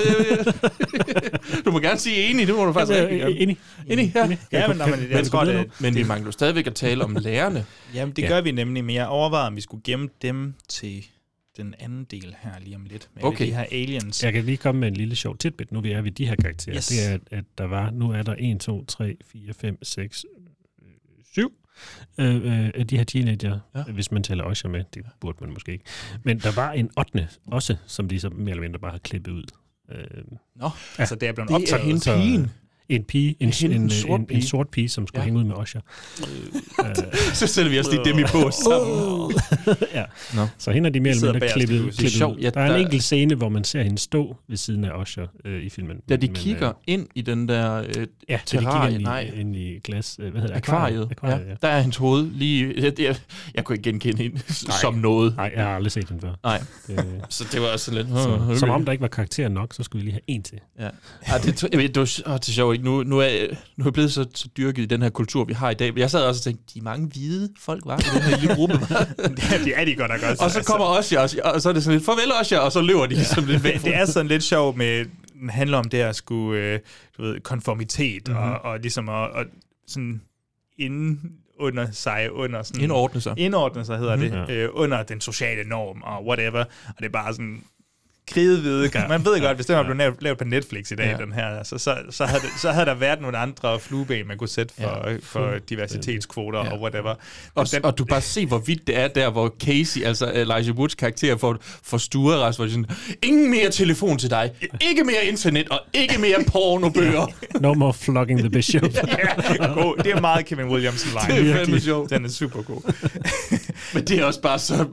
Du må gerne sige enig, det må du faktisk rigtig gerne. Enig. Enig, ja. ja, ja men, men, jeg men, tror, det, men det, vi mangler stadigvæk at tale om lærerne. Jamen, det ja. gør vi nemlig, men jeg overvejede, om vi skulle gemme dem til den anden del her lige om lidt. Med okay. de her aliens. Jeg kan lige komme med en lille sjov tidbit, nu vi er ved de her karakterer. Yes. Det er, at, at der var, nu er der en, to, tre, fire, fem, seks, syv øh, øh, af de her teenager, ja. Hvis man tæller Usher med. Det burde man måske ikke. Men der var en ottende også, som de så mere eller mindre bare har klippet ud. Øh, Nå, ja. Altså det er blevet optaget. Det er hende En pige, en, en, en, sort en, pige. en sort pige, som skulle ja. hænge ud med Usher. Øh, så sætter vi også lige dem i på sammen. ja. no. Så hende er de mere eller mindre klippet, klippet ud. Ja, der er en enkelt scene, hvor man ser hende stå ved siden af Usher øh, i filmen. Da de men, kigger øh, ind i den der øh, ja, terrarie, de kigger ind i, ind i glas, øh, hvad hedder det? Akvariet. Akvariet ja. Ja. Der er hendes hoved lige... Jeg, jeg, jeg kunne ikke genkende hende som noget. Nej, jeg har aldrig set hende før. Nej. Øh, så det var også lidt... Så, som om der ikke var karakterer nok, så skulle vi lige have en til. Ja. Ja, det, jeg ved, det var oh, det er sjovt. Nu, nu, er, nu er jeg blevet så, så dyrket i den her kultur, vi har i dag. Jeg sad også og tænkte, de mange hvide folk var i den her lille gruppe. Ja, det er de godt nok også. Og så kommer også og, og så er det sådan lidt, farvel også, og så løber de ja. Som lidt væk. Det er sådan lidt sjovt med, den handler om det at skulle, øh, du ved, konformitet, mm-hmm. og, og ligesom at og sådan ind under sig, under sådan... Indordne sig. Indordne sig, hedder mm-hmm. det. Øh, under den sociale norm, og whatever. Og det er bare sådan... kridhvide. Ja. Man ved godt, hvis det var blevet lavet, lavet på Netflix i dag, ja. Den her, så, så, så, havde det, så havde der været nogle andre flueben, man kunne sætte for, ja. For diversitetskvoter ja. Og whatever. Og, den, og du bare se, hvor vidt det er der, hvor Casey, altså Elijah Woods karakter, får, får stuerrest, hvor de sådan, ingen mere telefon til dig, ikke mere internet, og ikke mere pornobøger. No more flogging the bishop. Ja, god. Det er meget Kevin Williamson line. Det er fandme sjovt. Den er super god. Men det er også bare så,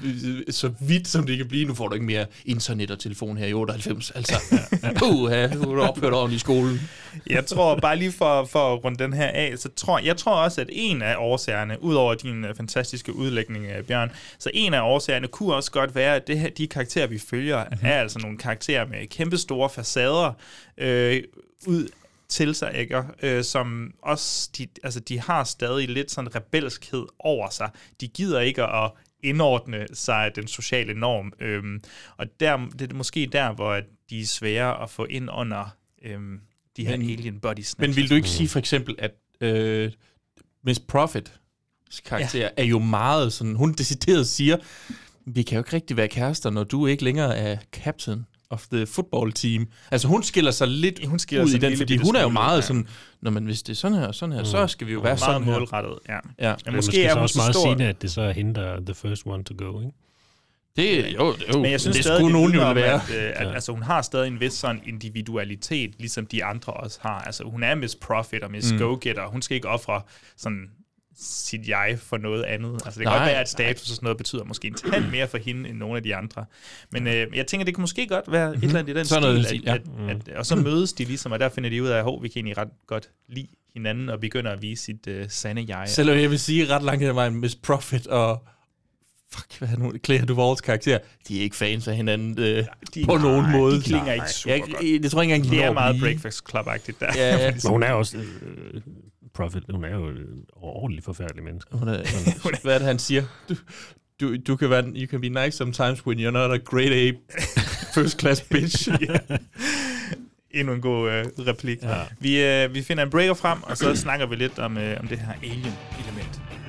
så vidt, som det kan blive. Nu får du ikke mere internet og telefon her i otteoghalvfems. Altså, puha, du er ophørt ordentligt i skolen. Jeg tror, bare lige for, for at runde den her af, så tror jeg tror også, at en af årsagerne, udover din fantastiske udlægning af Bjørn, så en af årsagerne kunne også godt være, at det her, de karakterer, vi følger, mm-hmm. er altså nogle karakterer med kæmpe store facader øh, ud til sig, ikke? Øh, som også, de, altså de har stadig lidt sådan rebelskhed over sig. De gider ikke at indordne sig den sociale norm. Øhm, og der, det er måske der, hvor de er svære at få ind under øhm, de her men, alien body snatchers. Men vil du ikke sige for eksempel, at øh, Miss Profit karakter ja. Er jo meget sådan, hun decideret siger, vi kan jo ikke rigtig være kærester, når du ikke længere er captain of the football team. Altså hun skiller sig lidt hun skiller ud i den, fordi hun er jo meget ja. Sådan, når man hvis det er sådan her og sådan her, mm. så skal vi jo være meget sådan meget målrettet. Ja. Ja. Men måske er hun også meget sigende, at det så er hende, der er the first one to go, ikke? Det, jo, jo, men jeg synes det stadig, skulle nogen jo være. At, at, at, altså, hun har stadig en vis sådan individualitet, ligesom de andre også har. Altså, hun er Miss Profit og Miss mm. Go-Getter. Hun skal ikke ofre sådan sit jeg for noget andet. Altså, det kan nej, godt være, at status og sådan noget betyder måske en tand mere for hende, end nogle af de andre. Men øh, jeg tænker, det kan måske godt være mm-hmm. et eller andet i den sådan stil. At, ja. at, at, og så mødes de ligesom, og der finder de ud af, at vi kan egentlig ret godt lide hinanden, og begynder at vise sit øh, sande jeg. Selvom jeg vil sige, ret langt hen ad vejen, Miss Profit og fuck, hvad er nu, Claire Duvalls karakter, de er ikke fans af hinanden øh, de, på nej, nogen måde. De klinger nej, ikke super jeg, godt. Jeg, jeg tror ikke engang, det er meget Breakfast Club-agtigt der. Ja, ja. Men hun er også... Øh, Profit, hun er jo et ordentligt forfærdelig menneske. Hun er, hvad er det, han siger? Du, du, du kan være, you can be nice sometimes when you're not a great A first class bitch. Yeah. Endnu en god øh, replik. Ja. Vi, øh, vi finder en breaker frem, og så snakker vi lidt om, øh, om det her alien-element.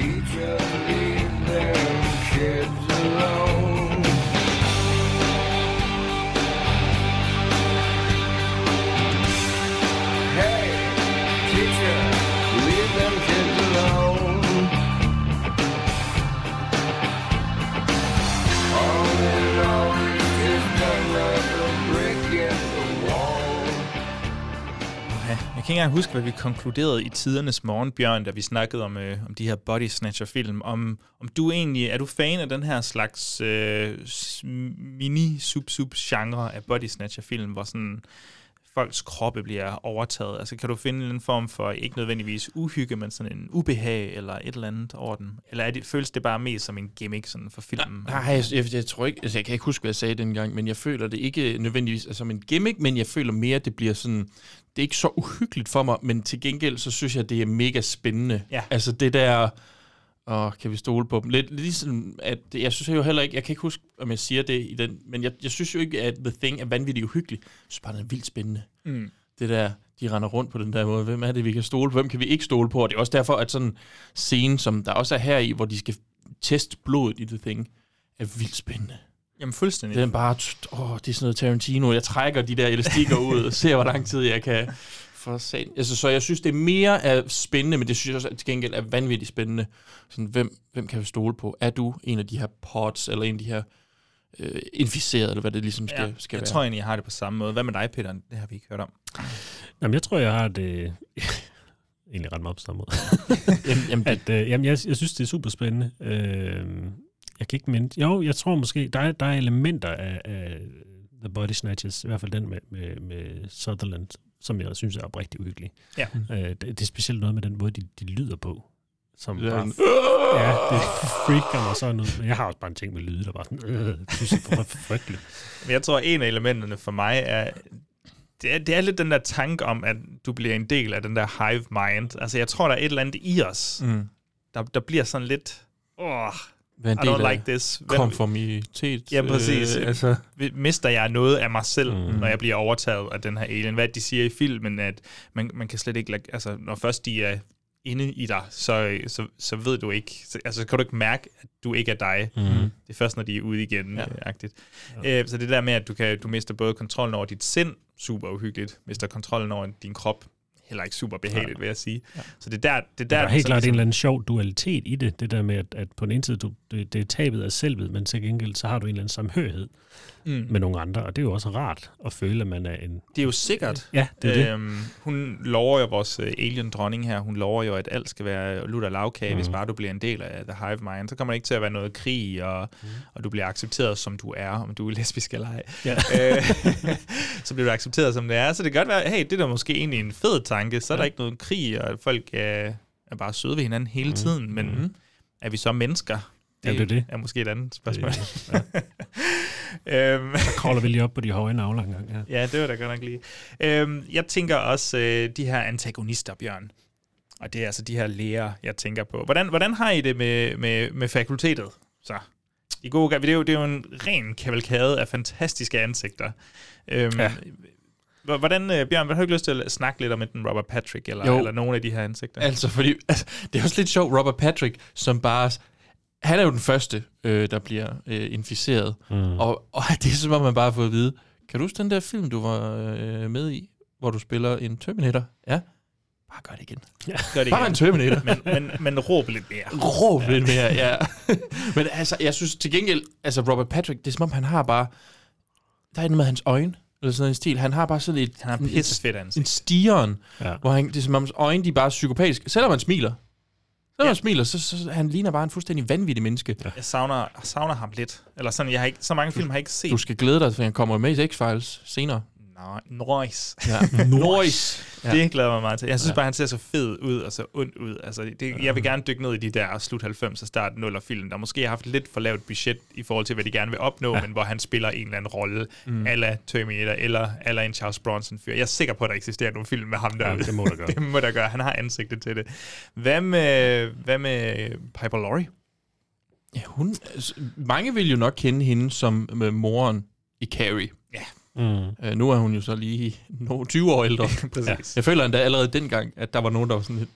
Teachers leave their kids alone. Hey, teacher, leave them kids alone. All in all, it's just another brick in the wall. Ja, jeg kan ikke engang huske, hvad vi konkluderede i tidernes morgen, Bjørn, da vi snakkede om, øh, om de her body snatcher-film. Om, om du egentlig, er du fan af den her slags øh, mini-sub-sub-genre af body snatcher-film, hvor sådan folks kroppe bliver overtaget? Altså, kan du finde en form for, ikke nødvendigvis uhygge, men sådan en ubehag eller et eller andet over den? Eller er det, føles det bare mest som en gimmick sådan for filmen? Nej, jeg, jeg, jeg tror ikke, altså jeg kan ikke huske, hvad jeg sagde dengang, men jeg føler det ikke nødvendigvis som en gimmick, men jeg føler mere, det bliver sådan, det er ikke så uhyggeligt for mig, men til gengæld, så synes jeg, det er mega spændende. Ja. Altså det der, åh, kan vi stole på dem? Lidt ligesom, at jeg synes jo heller ikke, jeg kan ikke huske, om jeg siger det i den, men jeg, jeg synes jo ikke, at The Thing er vanvittigt uhyggeligt. Jeg synes bare, det er vildt spændende. Mm. Det der, de render rundt på den der måde. Hvem er det, vi kan stole på? Hvem kan vi ikke stole på? Og det er også derfor, at sådan en scene, som der også er her i, hvor de skal teste blodet i The Thing, er vildt spændende. Jamen fuldstændig. Det er bare, åh, det er sådan noget Tarantino. Jeg trækker de der elastikker ud og ser, hvor lang tid jeg kan få sagen. Altså, så jeg synes, det er mere er spændende, men det synes jeg også at til gengæld er vanvittigt spændende. Sådan, hvem, hvem kan vi stole på? Er du en af de her pods, eller en af de her øh, inficerede, eller hvad det ligesom skal, ja, skal jeg være? Jeg tror egentlig, jeg har det på samme måde. Hvad med dig, Peter? Det har vi ikke hørt om. Jamen, jeg tror, jeg har det egentlig ret meget på samme måde. jamen, jamen, det... at, øh, jamen jeg, jeg synes, det er super spændende. Øh, jeg kan ikke minde. Jo, jeg tror måske, der er, der er elementer af, af The Body Snatchers, i hvert fald den med, med, med Sutherland, som jeg synes er oprigtigt uhyggelig. Ja. Øh, det, det er specielt noget med den måde, de, de lyder på. Som ja, bare, ja, det freaker mig sådan ud. Men jeg har også bare en ting med lyde, der bare sådan, øh, synes jeg er frygteligt. Men jeg tror, en af elementerne for mig er, det er, det er lidt den der tanke om, at du bliver en del af den der hive mind. Altså, jeg tror, der er et eller andet i os, mm. der, der bliver sådan lidt, åh, I don't like this. Konformitet. Ja, præcis. Øh, altså. Mister jeg noget af mig selv, mm. når jeg bliver overtaget af den her alien? Hvad de siger i filmen, at man, man kan slet ikke, altså, når først de er inde i dig, så, så, så ved du ikke, så, altså kan du ikke mærke, at du ikke er dig. Mm. Det er først, når de er ude igen. Ja. Agtigt. Ja. Så det der med, at du, kan, du mister både kontrollen over dit sind, super uhyggeligt, mister kontrollen over din krop, heller ikke super behageligt, ja. vil jeg sige. Ja. Så det er der, det er der, der er helt klart ligesom en eller anden sjov dualitet i det, det der med, at, at på den ene side, du, det, det er tabet af selvet, men til gengæld, så har du en eller anden samhørighed mm. med nogle andre, og det er jo også rart at føle, at man er en... Det er jo sikkert. Ja, det er øhm, det. Hun lover jo, vores uh, alien-dronning her, hun lover jo, at alt skal være lutter lavkage, mm. hvis bare du bliver en del af The Hive Mind. Så kommer det ikke til at være noget krig, og, mm. og du bliver accepteret, som du er, om du er lesbisk eller ej. Ja. Så bliver du accepteret, som det er. Så det kan godt være, hey, det er da måske egentlig en fed tanke, så er ja. der ikke noget krig, og folk er, er bare søde ved hinanden hele tiden, mm. men mm. er vi så mennesker? Det, ja, det er det. er måske et andet spørgsmål. Det, ja. øhm. Så kravler vi lige op på de høje navler en gang. Ja, ja det var da godt nok lige. Øhm, jeg tænker også øh, de her antagonister, Bjørn. Og det er altså de her læger, jeg tænker på. Hvordan, hvordan har I det med, med, med fakultetet? Så, i gode, det, er jo, det er jo en ren kavalkade af fantastiske ansigter. Øhm, ja. Hvordan, Bjørn, hvad har du ikke lyst til at snakke lidt om enten Robert Patrick eller, eller nogle af de her ansigter? Altså, fordi altså, det er også lidt sjovt, Robert Patrick, som bare... Han er jo den første, øh, der bliver øh, inficeret. Mm. Og, og det er som om, man bare har fået at vide, kan du huske den der film, du var øh, med i, hvor du spiller en Terminator? Ja. Bare gør det igen. Ja. Gør det bare igen. En Terminator. men, men, men råb lidt mere. Råb ja. lidt mere, ja. Men altså, jeg synes til gengæld, altså Robert Patrick, det er som om, han har bare... Der er noget med hans øjne, eller sådan en stil. Han har bare sådan et... Han har pissefedt ansigt. En stieren, ja. hvor han, det er som om, hans øjne, de er bare psykopatiske. Selvom han smiler. Når ja. han smiler, så, så, så han ligner bare en fuldstændig vanvittig menneske. Ja. Jeg savner, jeg savner ham lidt. Eller sådan, jeg har ikke, så mange film har jeg ikke set. Du skal glæde dig, for han kommer med i X-Files senere. No, nice. Ja. Noise. Ja. Det glæder mig meget til. Jeg synes ja. bare, han ser så fed ud og så ond ud. Altså, det, jeg vil gerne dykke ned i de der slut halvfems og start nuller film, der måske har haft lidt for lavt budget i forhold til, hvad de gerne vil opnå, ja. men hvor han spiller en eller anden rolle, mm. a la Terminator, eller a la en Charles Bronson-fyr. Jeg er sikker på, at der eksisterer nogle film med ham der. Ja, det må der gøre. Det må der gøre. Han har ansigtet til det. Hvad med, hvad med Piper Laurie? Ja, hun... Altså, mange vil jo nok kende hende som med moren i Carrie. Ja. Mm. Uh, nu er hun jo så lige no, tyve år ældre. Præcis. Jeg føler endda allerede dengang, at der var nogen, der var sådan lidt,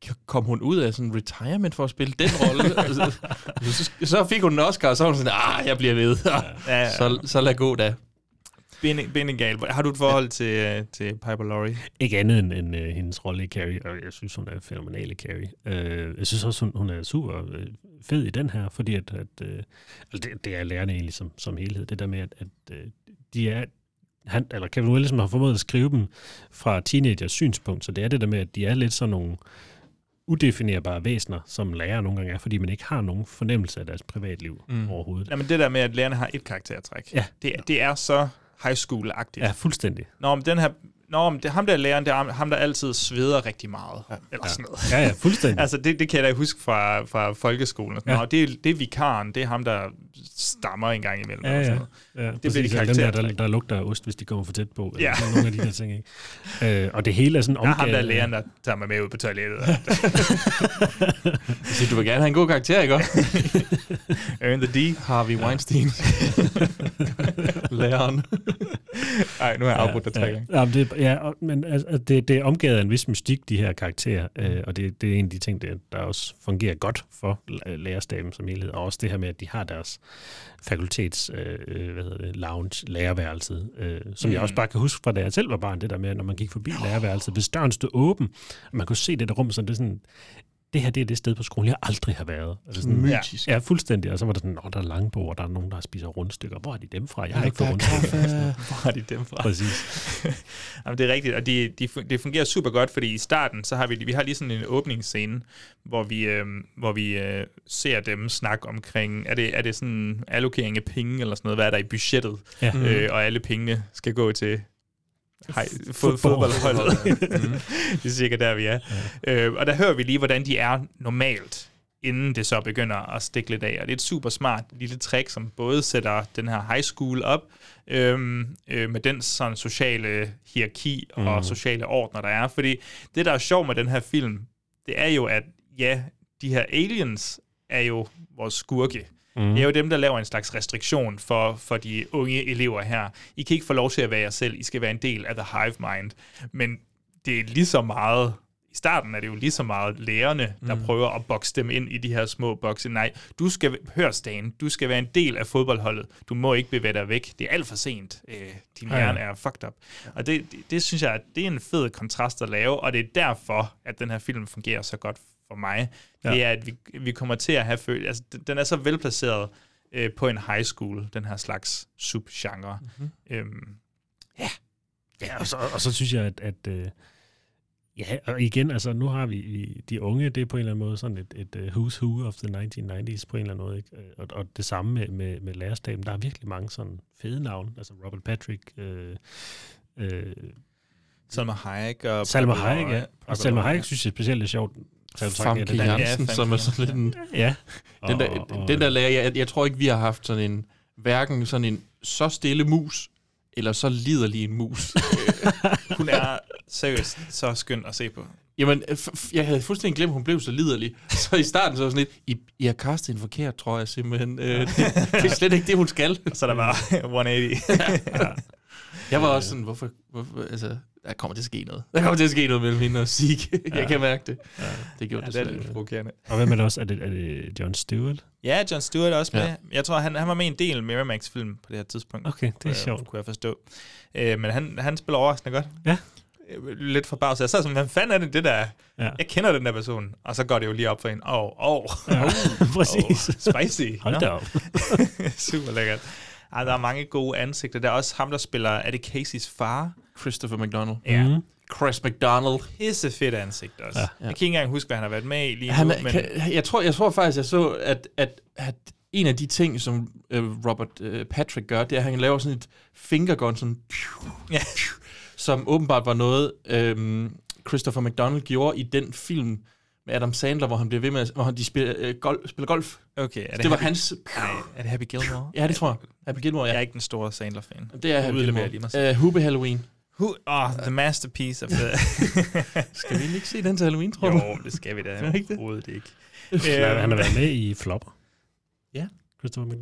kom hun ud af sådan retirement for at spille den rolle? altså, så, så fik hun en Oscar, og så var hun sådan, ah, jeg bliver ved. Ja, ja, ja. Så, så lad gå da. Benegal. Har du et forhold til, til Piper Laurie? Ikke andet end, end uh, hendes rolle i Carrie, og jeg synes, hun er fænomenal i Carrie. Uh, jeg synes også, hun, hun er super uh, fed i den her, fordi at, at uh, det, det er lærerne egentlig som, som helhed. Det der med, at, at uh, de er... Han, eller Kevin Williamson har formået at skrive dem fra teenagers synspunkt, så det er det der med, at de er lidt sådan nogle udefinerbare væsener, som lærer nogle gange er, fordi man ikke har nogen fornemmelse af deres privatliv mm. overhovedet. Jamen det der med, at lærerne har et karaktertræk, ja. det, det er så high school-agtigt. Ja, fuldstændig. Nå, men den her... Nå, men det er ham der læreren, det er ham, der altid sveder rigtig meget. Ja. Eller sådan noget. Ja, ja, fuldstændig. altså, det, det kan jeg da huske fra, fra folkeskolen. Nå, ja. det, er, det er vikaren, det er ham, der stammer en gang imellem. Ja, ja. Eller ja. Det bliver de karakterer. Der, der lugter af ost, hvis de kommer for tæt på. Ja. Eller nogle af de der ting, ikke? Øh, og det hele er sådan omgavet. Der er ham der læreren, der tager mig med ud på toilettet. Så du vil gerne have en god karakter, ikke? Earn the D. Harvey Weinstein. Læreren. Nej, nu har jeg afbrudt dig tre gange. Ja, det, ja, men altså, det, det er omgivet af en vis mystik, de her karakterer, øh, og det, det er en af de ting, der, der også fungerer godt for lærerstaben som helhed, og også det her med, at de har deres fakultets øh, hvad hedder det, lounge, lærerværelset, øh, som mm. jeg også bare kan huske fra, da jeg selv var barn, det der med, når man gik forbi lærerværelset, hvis døren stod åben, og man kunne se det der rum, så det er sådan... Det her det er det sted på skolen, jeg aldrig har været. Altså sådan, mytisk. Ja, fuldstændig. Og så var der sådan, åh, der er langbord, og der er nogen, der spiser rundstykker. Hvor er de dem fra? Jeg har ikke fået rundstykker. Hvor har de dem fra? Præcis. Jamen, det er rigtigt, og de, de, det fungerer super godt, fordi i starten, så har vi, vi har lige sådan en åbningsscene, hvor vi, øh, hvor vi øh, ser dem snakke omkring, er det, er det sådan allokering af penge, eller sådan noget, hvad er der i budgettet, ja. øh, og alle pengene skal gå til... Hej, fod, fodboldholdet. mm. Det er cirka der, vi er. Ja. Øh, og der hører vi lige, hvordan de er normalt, inden det så begynder at stikke lidt af. Og det er et super smart lille trick, som både sætter den her high school op, øhm, øh, med den sådan sociale hierarki og mm. sociale ordner, der er. Fordi det, der er sjovt med den her film, det er jo, at ja, de her aliens er jo vores skurke. Mm. Det er jo dem, der laver en slags restriktion for, for de unge elever her. I kan ikke få lov til at være jer selv. I skal være en del af the hive mind. Men det er lige så meget... I starten er det jo lige så meget lærerne, der mm. prøver at bokse dem ind i de her små bokse. Nej, du skal... Hør, Stan. Du skal være en del af fodboldholdet. Du må ikke bevæge dig væk. Det er alt for sent. Øh, din ja, ja. hjerne er fucked up. Og det, det, det synes jeg, at det er en fed kontrast at lave. Og det er derfor, at den her film fungerer så godt for mig, ja. Det er, at vi, vi kommer til at have følt... Altså, den er så velplaceret øh, på en high school, den her slags subgenre. Mm-hmm. Øhm, ja. Ja, og så, og så synes jeg, at... at øh, ja, og igen, altså nu har vi de unge, det er på en eller anden måde sådan et, et uh, who's who of the nineteen nineties på en eller anden måde, ikke? Og, og det samme med, med, med lærerstaben. Der er virkelig mange sådan fede navne, altså Robert Patrick... Øh, øh, Salma Hayek og... Salma Hayek, ja. Og Salma Hayek synes jeg specielt er sjovt. Famke Jansen, som er sådan lidt en... Ja. Den der, og, og, den der lærer, jeg, jeg tror ikke, vi har haft sådan en... Hverken sådan en så stille mus, eller så liderlig en mus. Hun er seriøst så skøn at se på. Jamen, jeg havde fuldstændig glemt, at hun blev så liderlig. Så i starten så var sådan lidt, I, I har castet en forkert, tror jeg simpelthen. Øh, det, det er slet ikke det, hun skal. Så der var et hundrede og otte. Ja. Jeg var også sådan, hvorfor, hvorfor altså, der kommer til at ske noget. Der kommer til at ske noget mellem hende og Zeke. Jeg ja. kan mærke det. Ja. Det gjorde ja, det, det er lidt provokerende. Og hvem er det også? Er det, er det Jon Stewart? Ja, Jon Stewart er også med. Ja. Jeg tror, han, han var med i en del Miramax-film på det her tidspunkt. Okay, det er øh, sjovt. Kunne jeg forstå. Øh, men han, han spiller overraskende godt. Ja. Lidt forbavset. Jeg sad sådan, hvad fanden er det, det der? Ja. Jeg kender den der person. Og så går det jo lige op for en. Åh, oh, åh. Oh. Ja, præcis. Oh, spicy. Hold da op. Super lækkert. Ah, der er mange gode ansigter. Der er også ham, der spiller, er det Caseys far? Christopher McDonald. Ja. Mm. Chris McDonald. Pisse fedt ansigt også. Ja. Jeg kan ikke engang huske, hvad han har været med i lige han, nu. Men... Kan, jeg, tror, jeg tror faktisk, jeg så, at, at, at en af de ting, som uh, Robert uh, Patrick gør, det er, at han laver sådan et fingergun, sådan, ja. som åbenbart var noget, um, Christopher McDonald gjorde i den film med Adam Sandler, hvor han bliver ved med, hvor han, de spiller, uh, gol, spiller golf. Okay. Er det, det var Happy, hans... Nej, er det Happy Gilmore? Ja, det tror jeg. Happy Gilmore, ja. Jeg er ikke den store Sandler-fan. Det er Happy Gilmore. Uh, Hubie Halloween. Who, oh, the masterpiece of the... Skal vi ikke se den til Halloween, tror du? Jo, det skal vi da. Overhovedet ikke. Um, han har været med i Flopper. Ja. Christopher McDonald.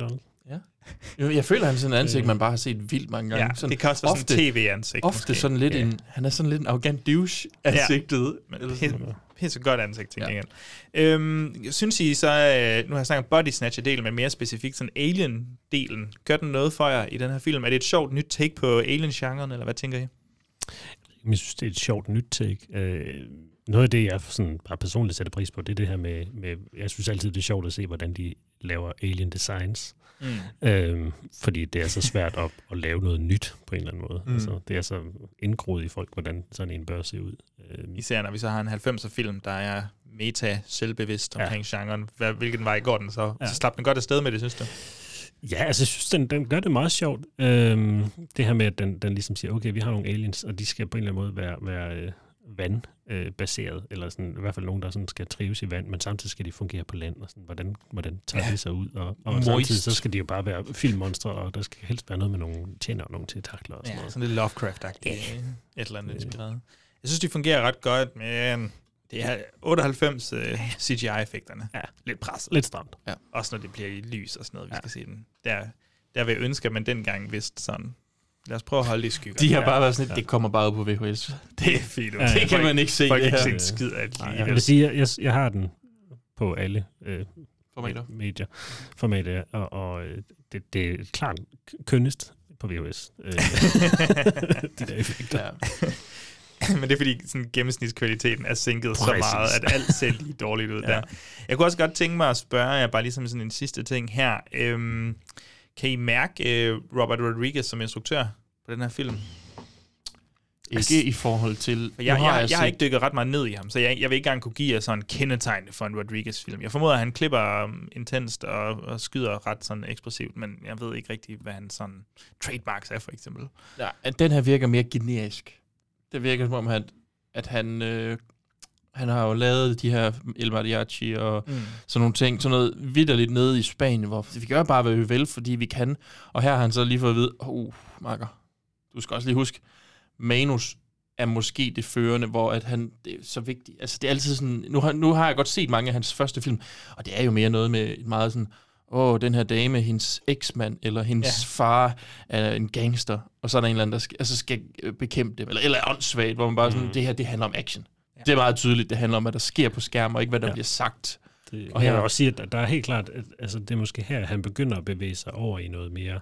Ja. Jo, jeg føler, han er sådan et ansigt, man bare har set vildt mange gange. Ja, sådan, det kan også være sådan et tv-ansigt. Ofte måske. sådan lidt ja. en... Han er sådan lidt en arrogant douche-ansigtet. Ja, men pisse, pisse godt ansigt, tænker ja. jeg. Øhm, synes I så... Øh, nu har jeg snakket om Body Snatcher-delen, men mere specifikt sådan Alien-delen. Gør den noget for jer i den her film? Er det et sjovt nyt take på Alien-genren, eller hvad tænker I? Jeg synes, det er et sjovt nyt take. Øh, noget af det, jeg sådan bare personligt sætter pris på, det er det her med, med... Jeg synes altid, det er sjovt at se, hvordan de laver alien designs. Mm. Øhm, fordi det er så svært at, at lave noget nyt på en eller anden måde. Mm. Altså, det er så indgroet i folk, hvordan sådan en bør se ud. Øhm. Især når vi så har en halvfemser film, der er meta-selvbevidst omkring ja. genren. Hvilken vej går den så? Ja. Så slap den godt afsted med det, synes du? Ja, altså jeg synes, den, den gør det meget sjovt. Øhm, det her med, at den, den ligesom siger, okay, vi har nogle aliens, og de skal på en eller anden måde være... være øh, vandbaseret, øh, eller sådan, i hvert fald nogen, der sådan skal trives i vand, men samtidig skal de fungere på land, og sådan, hvordan, hvordan tager ja. de sig ud, og, og samtidig så skal de jo bare være filmmonstre, og der skal helst være noget med nogle tænder og nogle tentakler og sådan ja, noget. sådan lidt Lovecraft-agtigt, yeah. et eller andet inspireret. Jeg synes, de fungerer ret godt, men det er otteoghalvfems uh, C G I-effekterne. Ja. Lidt presset. Lidt stramt. Ja. Også når det bliver i lys og sådan noget, vi ja. skal se den. Der, der vil jeg ønske, at man dengang vidste sådan, lad os prøve at holde det i skygger. De har bare været sådan, ja. det kommer bare ud på V H S. Det er fint. Ja, det kan man ikke se. Folk det ikke her. se en skid af det. Jeg vil sige, jeg, jeg, jeg har den på alle øh, formater. medier, formater, og, og det, det er klart kønnest på V H S. De der effekter. Ja. Men det er fordi sådan, gennemsnitskvaliteten er sænket Præcis. så meget, at alt ser lige dårligt ud ja. der. Jeg kunne også godt tænke mig at spørge jer, bare ligesom sådan en sidste ting her. Øhm, Kan I mærke uh, Robert Rodriguez som instruktør på den her film? Ikke altså, i forhold til... Jeg, jeg, jeg, jeg har ikke dykket ret meget ned i ham, så jeg, jeg vil ikke engang kunne give jer sådan en kendetegn for en Rodriguez-film. Jeg formoder, at han klipper um, intenst og, og skyder ret sådan eksplosivt, men jeg ved ikke rigtig, hvad han sådan trademarks er, for eksempel. Ja, den her virker mere generisk. Det virker som om, at, at han... Øh, han har jo lavet de her El Mariachi og mm. sådan nogle ting, sådan noget vitterligt nede i Spanien, hvor vi gør bare, hvad vi vil, fordi vi kan. Og her har han så lige fået at vide, oh, Marker, du skal også lige huske, manus er måske det førende, hvor at han, det er så vigtigt. Altså det er altid sådan, nu har, nu har jeg godt set mange af hans første film, og det er jo mere noget med meget sådan, åh, oh, den her dame, hendes eksmand, eller hendes ja. far er en gangster, og så er der en eller anden, der skal, altså skal bekæmpe dem, eller, eller åndssvagt, hvor man bare sådan, mm. det her, det handler om action. Ja. Det er meget tydeligt, det handler om, hvad der sker på skærmen, og ikke hvad der ja. bliver sagt. Det, og her vil jeg også sige, at der er helt klart, at altså, det er måske her, han begynder at bevæge sig over i noget mere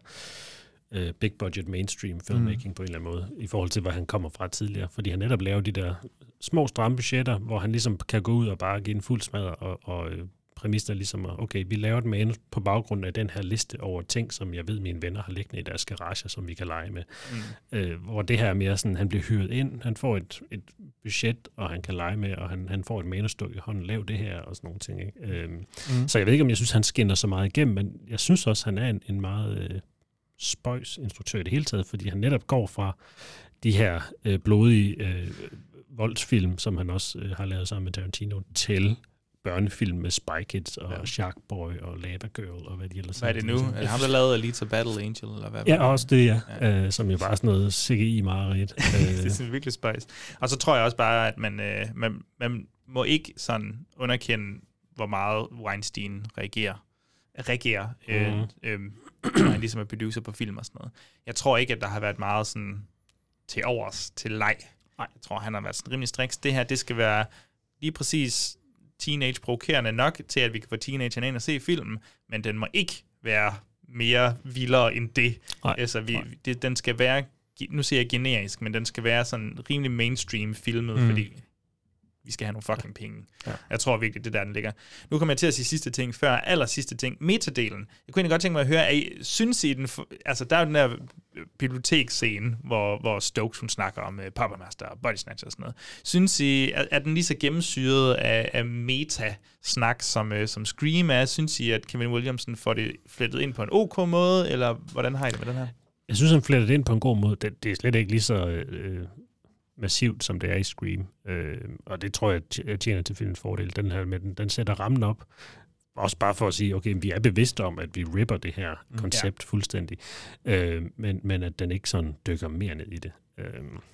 uh, big budget mainstream filmmaking mm. på en eller anden måde, i forhold til, hvad han kommer fra tidligere. Fordi han netop laver de der små, stramme budgetter, hvor han ligesom kan gå ud og bare give en fuld smadre, og, og præmisser ligesom, okay, vi laver et manus på baggrund af den her liste over ting, som jeg ved, mine venner har liggende i deres garager, som vi kan lege med. Mm. Øh, hvor det her er mere sådan, han bliver hyret ind, han får et, et budget, og han kan lege med, og han, han får et manusstykke i hånden, lav det her, og sådan nogle ting. Ikke? Øhm, mm. Så jeg ved ikke, om jeg synes, han skinner så meget igennem, men jeg synes også, han er en, en meget øh, spøjs instruktør i det hele taget, fordi han netop går fra de her øh, blodige øh, voldsfilm, som han også øh, har lavet sammen med Tarantino, til børnefilm med Spy Kids og ja. Shark Boy og Lava Girl og hvad de ellers. Hvad er det nu? Er det ham, der lavede Alita Battle Angel? Eller hvad? Ja, også det, ja. ja. Øh, som jo bare er sådan noget C G I-mareridt. Det er sådan virkelig spice. Og så tror jeg også bare, at man, øh, man, man må ikke sådan underkende, hvor meget Weinstein reagerer. reagerer øh, mm. øh, når han ligesom er producer på film og sådan noget. Jeg tror ikke, at der har været meget sådan til overs, til leg. Nej. Jeg tror, han har været sådan rimelig striks. Det her, det skal være lige præcis teenage-provokerende nok til, at vi kan få teenagerne ind og se filmen, men den må ikke være mere vildere end det. Nej, altså, vi, det, den skal være, nu siger jeg generisk, men den skal være sådan rimelig mainstream filmet, mm. fordi vi skal have nogle fucking penge. Ja. Jeg tror virkelig, det der, den ligger. Nu kommer jeg til at sige sidste ting før, aller sidste ting, metadelen. Jeg kunne egentlig godt tænke mig at høre, at I synes I den, altså der er den der biblioteksscene, hvor, hvor Stokes, hun snakker om uh, Papa Master og Body Snatcher og sådan noget. Synes I, er, er den lige så gennemsyret af, af meta-snak, som, uh, som Scream er? Synes I, at Kevin Williamson får det flettet ind på en ok måde, eller hvordan har I det med den her? Jeg synes, han fletter det ind på en god måde. Det, det er slet ikke lige så øh, massivt, som det er i Scream. Øh, og det tror jeg, jeg tjener til filmens fordel. Den her med den, den sætter rammen op. Også bare for at sige, okay, vi er bevidste om, at vi ripper det her koncept mm, ja. fuldstændig. Øh, men, men at den ikke sådan dykker mere ned i det. Øh,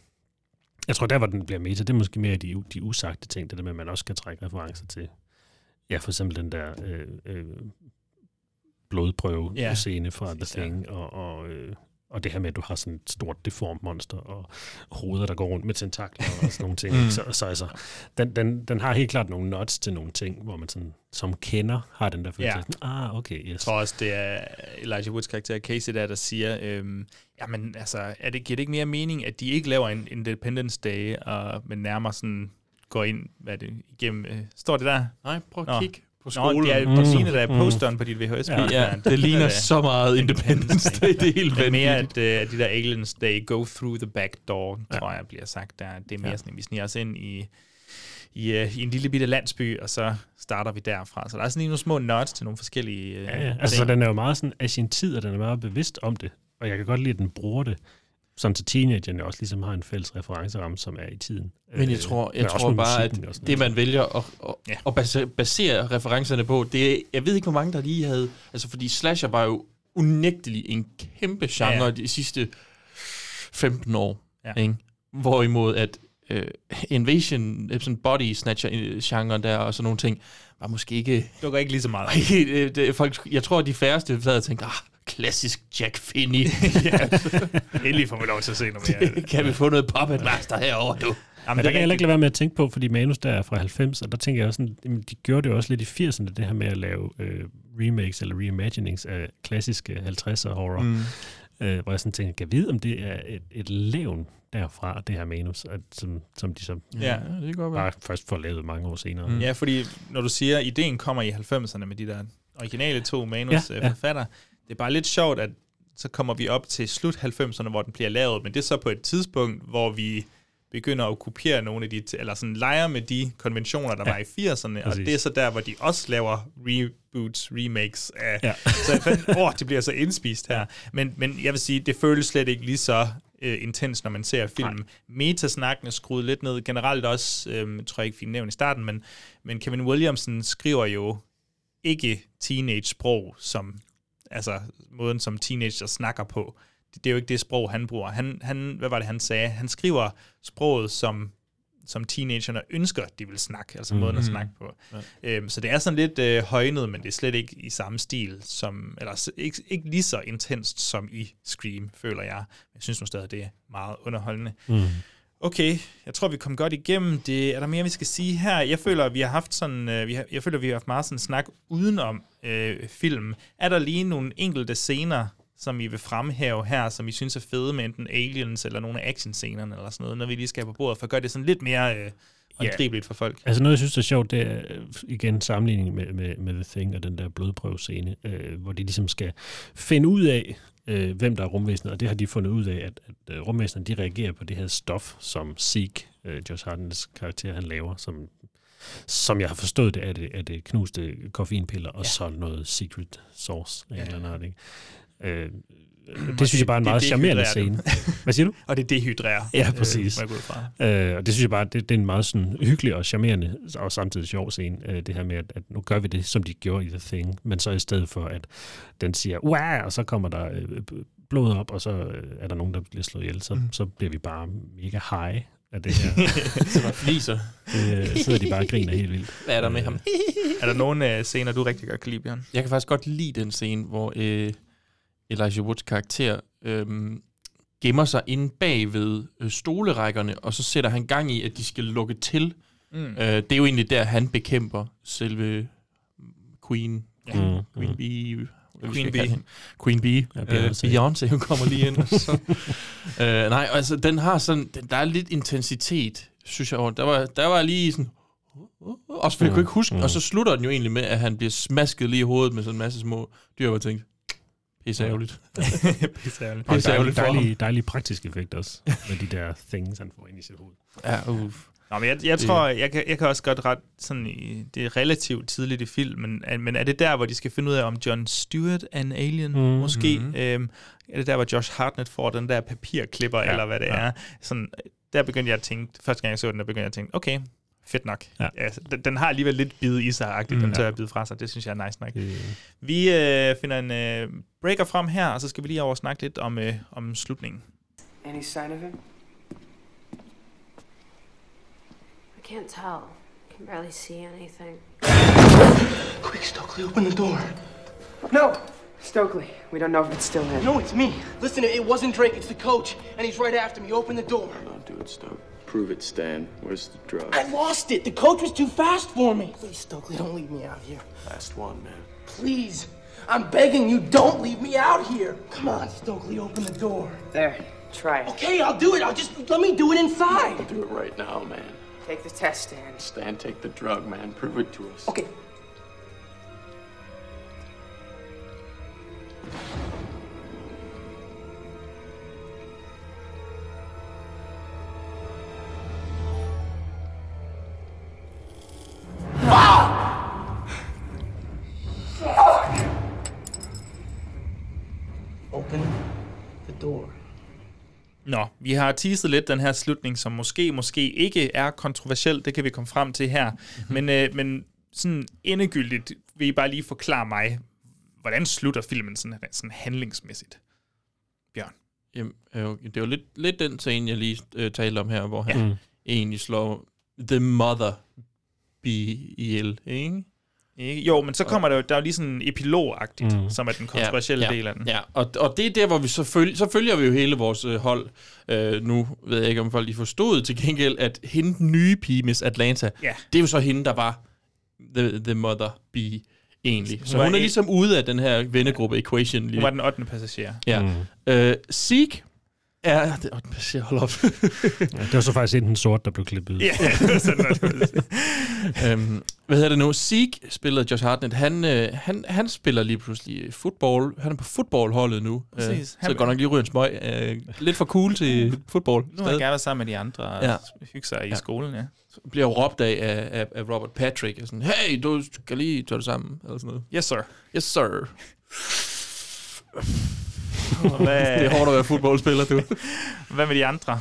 jeg tror, der hvor den bliver meta, det er måske mere de, de usagte ting, det der med, at man også kan trække referencer til. Ja, for eksempel den der øh, øh, blodprøve-scene Ja, fra The præcis, Thing, ja. og, og, øh, og det her med, at du har sådan et stort deformt monster, og hoveder, der går rundt med tentakler og sådan nogle ting. Mm. Så, så altså, den, den, den har helt klart nogle nuts til nogle ting, hvor man sådan, som kender, har den der følelse. Ja. Ah, okay, yes. Jeg tror også, det er Elijah Woods karakter Casey, der, der siger, øhm, jamen altså, er det, giver det ikke mere mening, at de ikke laver en Independence Day, og, men nærmere sådan går ind, hvad er det, igennem, øh, står det der? Nej, prøv at Nå. kigge på skolen. Nå, det er på scene, der er posteren på dit V H S. Ja, ja, det ligner så meget Independence Day, det er helt vanvittigt. Mere, vanvittigt. at uh, de der aliens, they go through the back door, ja. tror jeg, bliver sagt der. Det er mere ja. sådan, at vi sniger os ind i, i, uh, i en lille bitte landsby, og så starter vi derfra. Så der er sådan lige nogle små nods til nogle forskellige uh, ja, ja. Altså, den er jo meget sådan af sin tid, og den er meget bevidst om det. Og jeg kan godt lide, at den bruger det, sådan til teenagerne også ligesom har en fælles referenceramme, som er i tiden. Men jeg tror, jeg tror bare, at det, man vælger at, at, ja. at basere, basere referencerne på, det er, jeg ved ikke, hvor mange der lige havde, altså fordi slasher var jo unægtelig en kæmpe genre ja, ja. de sidste femten år, ja. ikke? Hvorimod at uh, Invasion, sådan body snatcher-genren der og sådan nogle ting, var måske ikke... Det var ikke lige så meget. det, det, folk, jeg tror, at de færreste sad og tænkte, ah, klassisk Jack Finney. ja. Endelig får vi lov til at se noget mere. Kan vi få noget Puppet Master herovre, du? Jamen, der kan jeg heller ikke lade være med at tænke på, fordi manus der er fra halvfems, og der tænker jeg også sådan, jamen, de gjorde det jo også lidt i firserne, det her med at lave øh, remakes eller reimaginings af klassiske halvtredser horror, mm. øh, hvor jeg sådan tænker, kan jeg vide, om det er et, et levn derfra, det her manus, at, som, som de så ja, det går bare først får lavet mange år senere. Mm. Ja, fordi når du siger, at ideen kommer i halvfemserne med de der originale to manusforfatter, ja, ja. Det er bare lidt sjovt, at så kommer vi op til slut halvfemserne, hvor den bliver lavet, men det er så på et tidspunkt, hvor vi begynder at kopiere nogle af de, eller sådan leger med de konventioner, der ja, var i firserne, præcis. Og det er så der, hvor de også laver reboots, remakes af, ja. Så jeg fandt, åh, det bliver så indspist her. Men, men jeg vil sige, det føles slet ikke lige så øh, intens, når man ser filmen. Metasnakken er skruet lidt ned, generelt også, øh, tror jeg ikke fik nævnt i starten, men, men Kevin Williamson skriver jo ikke teenage-sprog, som altså måden, som teenager snakker på. Det, det er jo ikke det sprog, han bruger. Han, han, hvad var det, han sagde? Han skriver sproget, som, som teenagerne ønsker, de vil snakke, altså mm. måden at snakke på. Ja. Øhm, så det er sådan lidt øh, højnet, men det er slet ikke i samme stil, som, eller ikke, ikke lige så intenst som i Scream, føler jeg. Jeg synes nu stadig, det er meget underholdende. Mm. Okay, jeg tror, vi kom godt igennem det. Er der mere, vi skal sige her? Jeg føler, at vi har haft sådan, øh, vi har, jeg føler, at vi har haft meget sådan snak udenom øh, film. Er der lige nogle enkelte scener, som I vil fremhæve her, som I synes er fede med enten aliens eller nogle af actionscenerne eller sådan noget, når vi lige skal på bordet, for at gøre det sådan lidt mere øh, håndgribeligt for folk? Altså noget, jeg synes er sjovt, det er igen sammenligning med, med, med The Thing og den der blodprøvescene, øh, hvor de ligesom skal finde ud af, øh, hvem der er rumvæsenet, og det har de fundet ud af, at, at uh, rumvæsenerne, de reagerer på det her stof, som Zeke, øh, Josh Hartnett's karakter, han laver, som, som jeg har forstået det, er det, er det knuste koffeinpiller, ja. Og så noget secret sauce af ja. En eller anden, ikke? Øh, det synes jeg bare er en meget charmerende scene. Hvad siger du? Og det dehydrerer. Ja, præcis. Øh, øh, og det synes jeg bare, det, det er en meget sådan hyggelig og charmerende, og samtidig sjov scene, øh, det her med, at, at nu gør vi det, som de gjorde i The Thing, men så i stedet for, at den siger, wow, og så kommer der øh, blod op, og så øh, er der nogen, der bliver slået ihjel, så, mm. så bliver vi bare mega high af det her. Så der fliser. Øh, sidder de bare og griner helt vildt. Hvad er der med ham? Er der nogle øh, scener, du rigtig godt kan lide, Bjørn? Jeg kan faktisk godt lide den scene, hvor øh, Elijah Woods karakter øhm, gemmer sig inde bag ved øh, stolerækkerne, og så sætter han gang i, at de skal lukke til. Mm. Øh, det er jo egentlig der, han bekæmper selve Queen. Ja. Mm. Queen Bee. Queen Bee. Queen Bee. Ja, Beyoncé, hun kommer lige ind. Og så. øh, nej, altså, den har sådan, den, der er lidt intensitet, synes jeg. Der var, der var lige sådan, og så jeg kunne ikke huske, mm. og så slutter den jo egentlig med, at han bliver smasket lige i hovedet med sådan en masse små dyr, og tænkte, pisse ærgerligt. Pisse ærgerligt. Pisse ærgerligt for dejlige, dejlige praktisk effekt også, med de der things, han får ind i sit hoved. Ja, uff. Nå, men jeg, jeg tror, jeg kan, jeg kan også godt ret sådan i, det er relativt tidligt i filmen, men, men er det der, hvor de skal finde ud af, om Jon Stewart er en alien, mm. måske? Mm-hmm. Øhm, er det der, hvor Josh Hartnett får den der papirklipper, ja, eller hvad det ja. er? Sådan, der begyndte jeg at tænke, første gang jeg så den, der begyndte jeg at tænke, okay, fedt nok. Ja. Altså, den, den har alligevel lidt bid i sig-agtigt, mm, den tør at bide fra sig. Det synes jeg er nice nok. Mm. Vi øh, finder en øh, breaker frem her, og så skal vi lige over og snakke lidt om, øh, om slutningen. Any sign of him? I can't tell. I can barely see anything. Quick, Stokely, open the door. No! Stokely, we don't know if it's still in. No, it's me. Listen, it wasn't Drake, it's the coach. And he's right after me. Open the door. Don't do it, Stoke. Prove it, Stan. Where's the drug? I lost it. The coach was too fast for me. Please, Stokely, don't leave me out here. Last one, man. Please. I'm begging you, don't leave me out here. Come on, Stokely, open the door. There, try it. Okay, I'll do it. I'll just, let me do it inside. I'll do it right now, man. Take the test, Stan. Stan, take the drug, man. Prove it to us. Okay. Open the door. Nå, vi har teaset lidt den her slutning, som måske, måske ikke er kontroversiel. Det kan vi komme frem til her. Mm-hmm. Men, øh, men sådan endegyldigt vil I bare lige forklare mig, hvordan slutter filmen sådan, sådan handlingsmæssigt? Bjørn? Jamen, det er jo lidt, lidt den scene, jeg lige øh, talte om her, hvor han ja. egentlig slår The Mother ihjel, ikke? Jo, men så kommer der jo, der er jo lige sådan epilog-agtigt, mm. som er den kontroversielle ja, ja, del af den. Ja, og, og det er der, hvor vi så, føl- så følger vi jo hele vores øh, hold. Øh, nu ved jeg ikke, om folk lige forstod til gengæld, at hende den nye pige, Miss Atlanta, ja. det er jo så hende, der var The, the Mother Bee egentlig. Så hun, hun er ligesom ude af den her vennegruppe Equation. Lige. Hun var den ottende passager. Ja. Mm. Øh, Zeke er... Det, ottende passager, hold op. Ja, det var så faktisk en sort, der blev klippet ud. Ja, det var sådan noget. øhm, hvad hedder det nu? Zeke spiller Josh Hartnett. Han, øh, han, han spiller lige pludselig fodbold. Han er på fodboldholdet nu. Øh, så han godt nok lige ryger en smøg. Øh, lidt for cool til fodbold. Nu har jeg gerne været sammen med de andre og ja. hygge sig i ja. skolen, ja. Så bliver jo råbt af, af, af Robert Patrick. Og sådan, hey, du skal lige tage det sammen. Eller sådan noget. Yes, sir. Yes, sir. Hvad... Det er hårdt at være fodboldspiller, du. Hvad med de andre?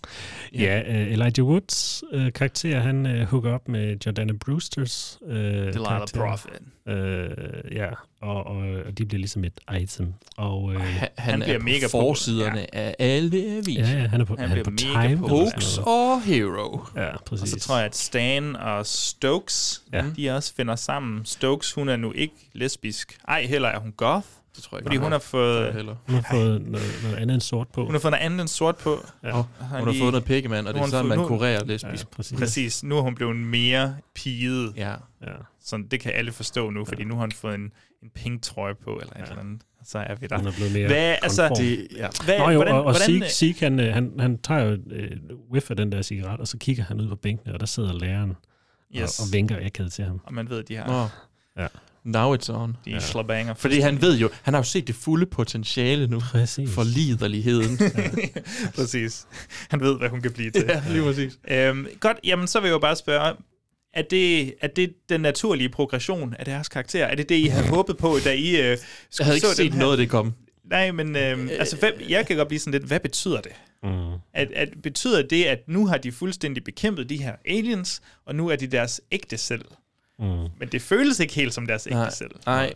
Ja, uh, Elijah Woods uh, karakter, han uh, hooker op med Jordana Brewsters uh, Delilah Prophet. Uh, ja, og, og, og de bliver ligesom et item. Og, uh, han, han bliver er på mega forsiderne ja. af alle aviser. Ja, ja, han er på, han han er på Time. Hoax og Hero. Ja, præcis. Og så tror jeg, at Stan og Stokes, ja. de også finder sammen. Stokes, hun er nu ikke lesbisk. Ej, heller er hun goth. Det tror jeg ikke. Fordi hun har fået... Hun har fået noget, noget andet end sort på. Hun har fået noget andet end sort på. Ja. Og hun har lige, fået noget pikkemand, og det er sådan, man kurerer lesbisk. Ja, præcis. præcis. Nu er hun blevet mere piget. Ja. Ja. Så det kan alle forstå nu, fordi ja. nu har hun fået en, en pink trøje på, eller ja. et eller andet. Så er vi der. Hun er blevet mere hvad, altså, det, ja. hvad, Nå jo, hvordan, og, og hvordan, Zeke, Zeke han, han, han tager jo et øh, whiff af den der cigaret, og så kigger han ud på bænkene, og der sidder læreren yes. og, og vinker akavet til ham. Og man ved, de har... Ja. Now it's on. De ja. slabanger. Fordi han ved jo, han har jo set det fulde potentiale nu. Præcis. For liderligheden. ja. Præcis. Han ved, hvad hun kan blive til. Ja, lige præcis. Øhm, godt, jamen så vil jeg jo bare spørge, er det, er det den naturlige progression af deres karakter? Er det det, I havde håbet på, da I øh, Jeg havde ikke set noget af det komme. Nej, men øh, altså, hvad, jeg kan godt blive sådan lidt, hvad betyder det? Mm. At, at betyder det, at nu har de fuldstændig bekæmpet de her aliens, og nu er de deres ægte selv? Mm. Men det føles ikke helt som deres ægte nej, selv. Nej,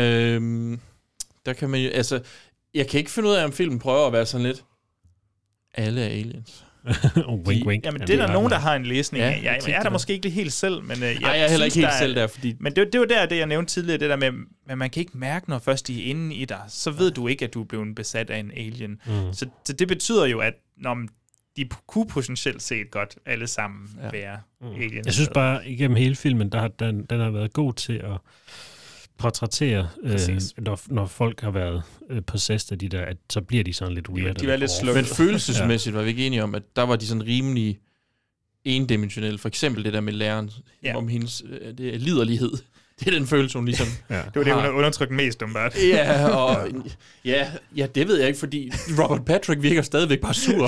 øhm, der kan man jo, altså, jeg kan ikke finde ud af, om filmen prøver at være sådan lidt, alle er aliens. wink, wink. Jamen, det er der nogen, der har en læsning ja, af. Jeg, jeg er der måske ikke det helt selv, men... Jeg, Nej, jeg er heller ikke helt selv der, fordi... Men det, det var der, det jeg nævnte tidligere, det der med, at man kan ikke mærke, når først de er inde i dig, så ved du ikke, at du er blevet besat af en alien. Mm. Så, så det betyder jo, at når de kunne potentielt set godt alle sammen ja. være mm. aliens. Jeg synes bare, igennem hele filmen, der har, den, den har været god til at portrættere, øh, når, når folk har været øh, possessed af de der, at så bliver de sådan lidt weird. De var lidt slukket. Men følelsesmæssigt var vi ikke enige om, at der var de sådan rimelig endimensionelle. For eksempel det der med læreren, ja. om hendes øh, det er liderlighed. Det er den følelse, hun ligesom ja. Det var det, hun har undertrykt mest, umiddelbart. Ja, og, ja, ja, det ved jeg ikke, fordi Robert Patrick virker stadigvæk bare sur.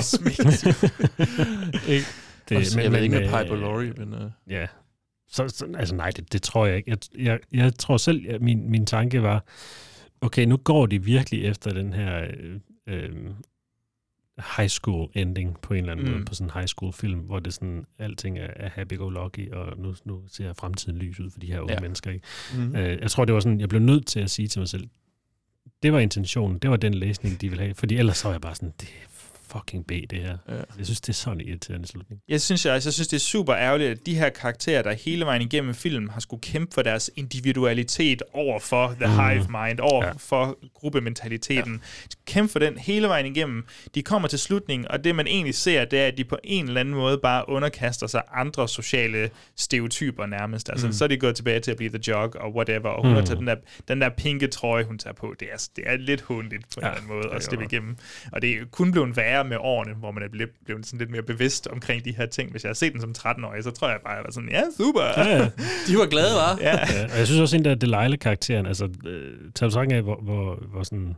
det, det, men, jeg ved ikke med Piper Laurie, men... Uh... Ja, så, så, altså nej, det, det tror jeg ikke. Jeg, jeg, jeg tror selv, at min, min tanke var, okay, nu går de virkelig efter den her øh, øh, high school ending på en eller anden mm. måde, på sådan en high school film, hvor det sådan, alting er, er happy-go-lucky, og nu, nu ser fremtiden lys ud for de her unge ja. mennesker. Ikke? Mm. Øh, jeg tror, det var sådan, jeg blev nødt til at sige til mig selv, det var intentionen, det var den læsning, de ville have, fordi ellers så var jeg bare sådan, det fucking B, det her. Ja. Jeg synes, det er sådan en irriterende slutning. Jeg synes, jeg, jeg synes, det er super ærgerligt, at de her karakterer, der hele vejen igennem filmen har skulle kæmpe for deres individualitet over for the mm. hive mind, over ja. for gruppementaliteten. Ja. Kæmpe for den hele vejen igennem. De kommer til slutningen, og det man egentlig ser, det er, at de på en eller anden måde bare underkaster sig andre sociale stereotyper nærmest. Altså, mm. så er de gået tilbage til at blive the jog og whatever, og hun mm. har taget den der, den der pinke trøje, hun tager på. Det er, det er lidt hundigt på ja. en eller anden måde at slippe igennem. Og det er kun blevet værre med årene, hvor man er blevet, blevet sådan lidt mere bevidst omkring de her ting. Hvis jeg har set den som tretten-årig, så tror jeg bare, at jeg var sådan, ja, super. Ja, ja. De var glade, var. Ja. Ja. Og jeg synes også, at den der Delilah-karakteren, altså, øh, tager du sang af, hvor, hvor, hvor sådan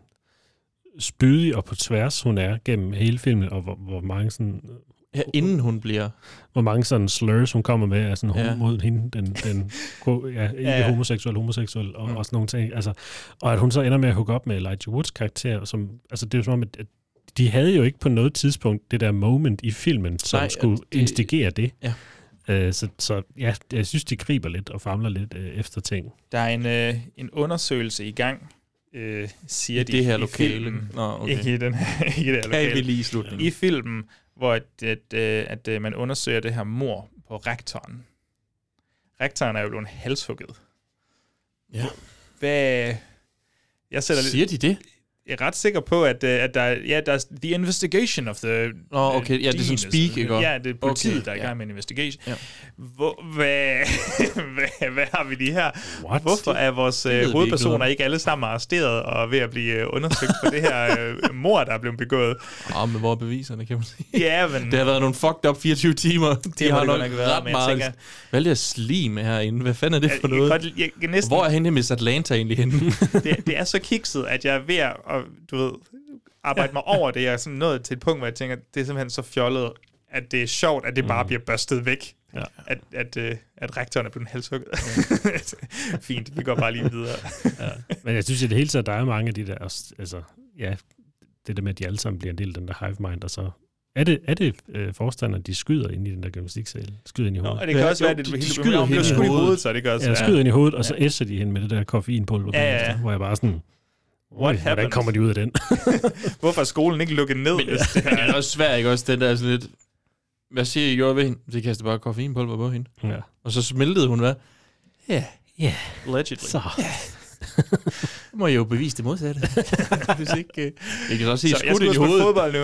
spydig og på tværs hun er gennem hele filmen, og hvor, hvor mange sådan... Ja, inden hun bliver... Hvor mange sådan slurs, hun kommer med, er sådan ja. mod hende, den, den ja, ikke ja, ja. homoseksuel, homoseksuel, og mm. også nogle ting. Altså, og at hun så ender med at hooke op med Elijah Woods karakter, som, altså det er jo som om, at de havde jo ikke på noget tidspunkt det der moment i filmen, som Nej, skulle det, instigere det. Ja. Uh, så, så ja, jeg synes, de griber lidt og famler lidt uh, efter ting. Der er en, uh, en undersøgelse i gang, uh, siger I de det her i lokale. filmen. Nå, okay. Ikke i, den her, ikke i det her lokale. Kan vi lige i slutningen. I filmen, hvor at, at, at, at man undersøger det her mord på rektoren. Rektoren er jo blevet halshugget. Ja. Hvad... Jeg sætter Siger de det? Jeg er ret sikker på, at, at der, ja, der er the investigation of the... Åh, oh, okay. Ja, det er sådan speak, ikke? Ja, det er politiet, okay. der er i gang ja. med en investigation. Ja. Hvor, hvad, hvad, hvad har vi lige her? What? Hvorfor er vores uh, hovedpersoner ikke alle sammen arresteret og ved at blive uh, undersøgt for det her uh, mord, der er blevet begået? Åh, oh, men hvor er beviserne, kan man sige? Ja, men... Det har været nogle fucked up fireogtyve timer. Det De har det nok nok været, ret meget... Tænker, hvad er det her slim herinde? Hvad fanden er det for jeg, noget? Jeg, jeg, jeg, næsten, hvor er hende Miss Atlanta egentlig henne? det, det er så kikset, at jeg er ved at, du ved... arbejde ja. mig over det. Jeg er sådan nået til et punkt, hvor jeg tænker, det er simpelthen så fjollet, at det er sjovt, at det bare mm. bliver børstet væk. Ja. At, at, at, at rektoren er blevet halshugget. Ja. Fint, vi går bare lige videre. Ja. Men jeg synes i det hele taget, der er mange af de der, altså, ja, det der med, at de alle sammen bliver en del af den der hive mind, og så er det, er det øh, forstanderen, de skyder ind i den der gymnastiksal? Skyder ind i hovedet? Nå, det kan ja, også jo, være, at det de, de skyder hende i hovedet, så det gør også. Ja, skyder ind i hovedet, og så ja. æsser de hende med det der koffeinpulver, ja, ja, ja. hvor jeg bare sådan... What Hvordan kommer de ud af den? Hvorfor er skolen ikke lukket ned? Men, det, det er også svært, ikke? Også den der sådan lidt... Hvad siger I gjorde ved hende? De kastede bare koffeinpulver på hende. Ja. Og så smeltede hun, hvad? Ja. Yeah. Ja. Yeah. Allegedly. Så. Yeah. må jeg jo bevise det modsatte. Hvis ikke... Uh... Jeg kan så også sige, så, skudt i hovedet. Fodbold nu.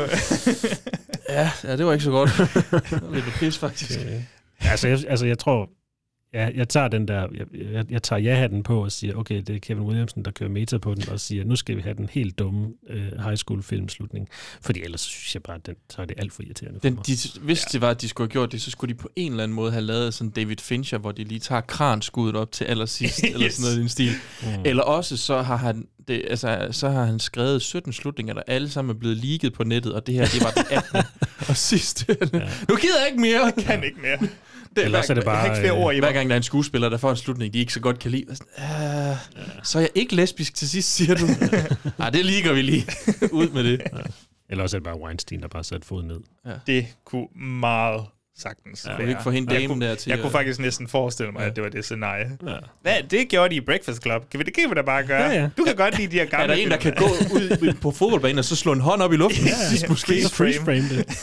ja, ja, det var ikke så godt. Det var lidt pis, faktisk. Okay. Altså, jeg, altså, jeg tror... Ja, jeg tager den der, jeg, jeg, jeg tager ja-hatten på og siger, okay, det er Kevin Williamson, der kører meta på den, og siger, nu skal vi have den helt dumme uh, high school filmslutning. Fordi ellers synes jeg bare, at den, så er det alt for irriterende den, for mig. De, hvis ja. det var, at de skulle have gjort det, så skulle de på en eller anden måde have lavet sådan David Fincher, hvor de lige tager kranskuddet op til allersidst, yes. eller sådan noget i den stil. Mm. Eller også så har han det, altså, så har han skrevet sytten slutninger, der alle sammen er blevet leaget på nettet, og det her, det var den attende og sidste. Ja. Nu gider jeg ikke mere. Jeg kan ikke mere. Det er, hver, er det bare, jeg har ikke flere ord i hver gang der er en skuespiller, der får en slutning, de ikke så godt kan lide. Sådan, ja. Så er jeg ikke lesbisk til sidst, siger du. Nej, det ligger vi lige ud med det. Ja. Eller også er det bare Weinstein, der bare satte foden ned. Ja. Det kunne meget sagtens ja, være. Ikke få hende jeg, kunne, der til jeg kunne faktisk næsten forestille mig, ja. at det var det scenarie. Ja. Hvad, det gjorde de i Breakfast Club. Kan vi, det kan vi da bare gøre. Ja, ja. Du kan godt lide de her gamle. Er der en, der kan gå ud på fodboldbanen og så slå en hånd op i luften? Ja, ja, ja. Måske freeze frame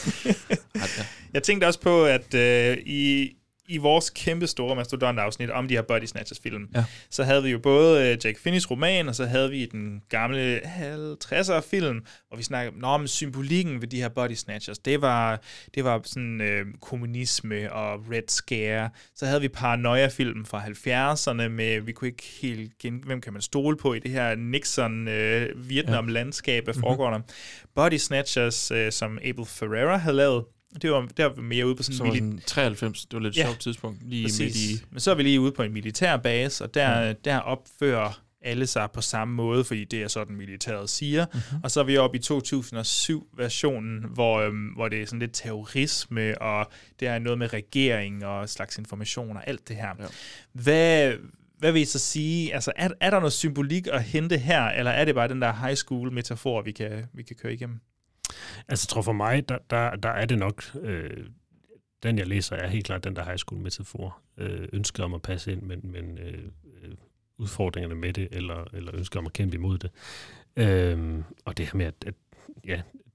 det. Jeg tænkte også på, at øh, i... i vores kæmpe store mastodont-afsnit om de her Body Snatchers-film, ja. så havde vi jo både uh, Jack Finneys roman, og så havde vi den gamle halvtredser-film, hvor vi snakkede om symbolikken ved de her Body Snatchers. Det var, det var sådan uh, kommunisme og Red Scare. Så havde vi Paranoia-film fra halvfjerdserne med, vi kunne ikke helt gen- hvem kan man stole på i det her Nixon-Vietnam-landskab, hvad foregår der. Body Snatchers, uh, som Abel Ferrara havde lavet, det var, der var mere ude på sådan en mili- treoghalvfems, det var lidt ja, sjovt tidspunkt. Lige midt i... Men så er vi lige ude på en militær base, og der, mm. der opfører alle sig på samme måde, fordi det er sådan, militæret siger. Mm-hmm. Og så er vi oppe i to tusind og syv-versionen, hvor, øhm, hvor det er sådan lidt terrorisme, og det er noget med regering og slags information og alt det her. Ja. Hvad... Hvad vil I så sige? Altså, er, er der noget symbolik at hente her, eller er det bare den der high school-metafor, vi kan, vi kan køre igennem? Altså, jeg tror for mig, der, der, der er det nok, øh, den jeg læser, er helt klart den der high school-metafor. Øh, ønsket om at passe ind, men, men øh, udfordringerne med det, eller, eller ønsket om at kæmpe imod det. Øh, og det her med, at, at ja,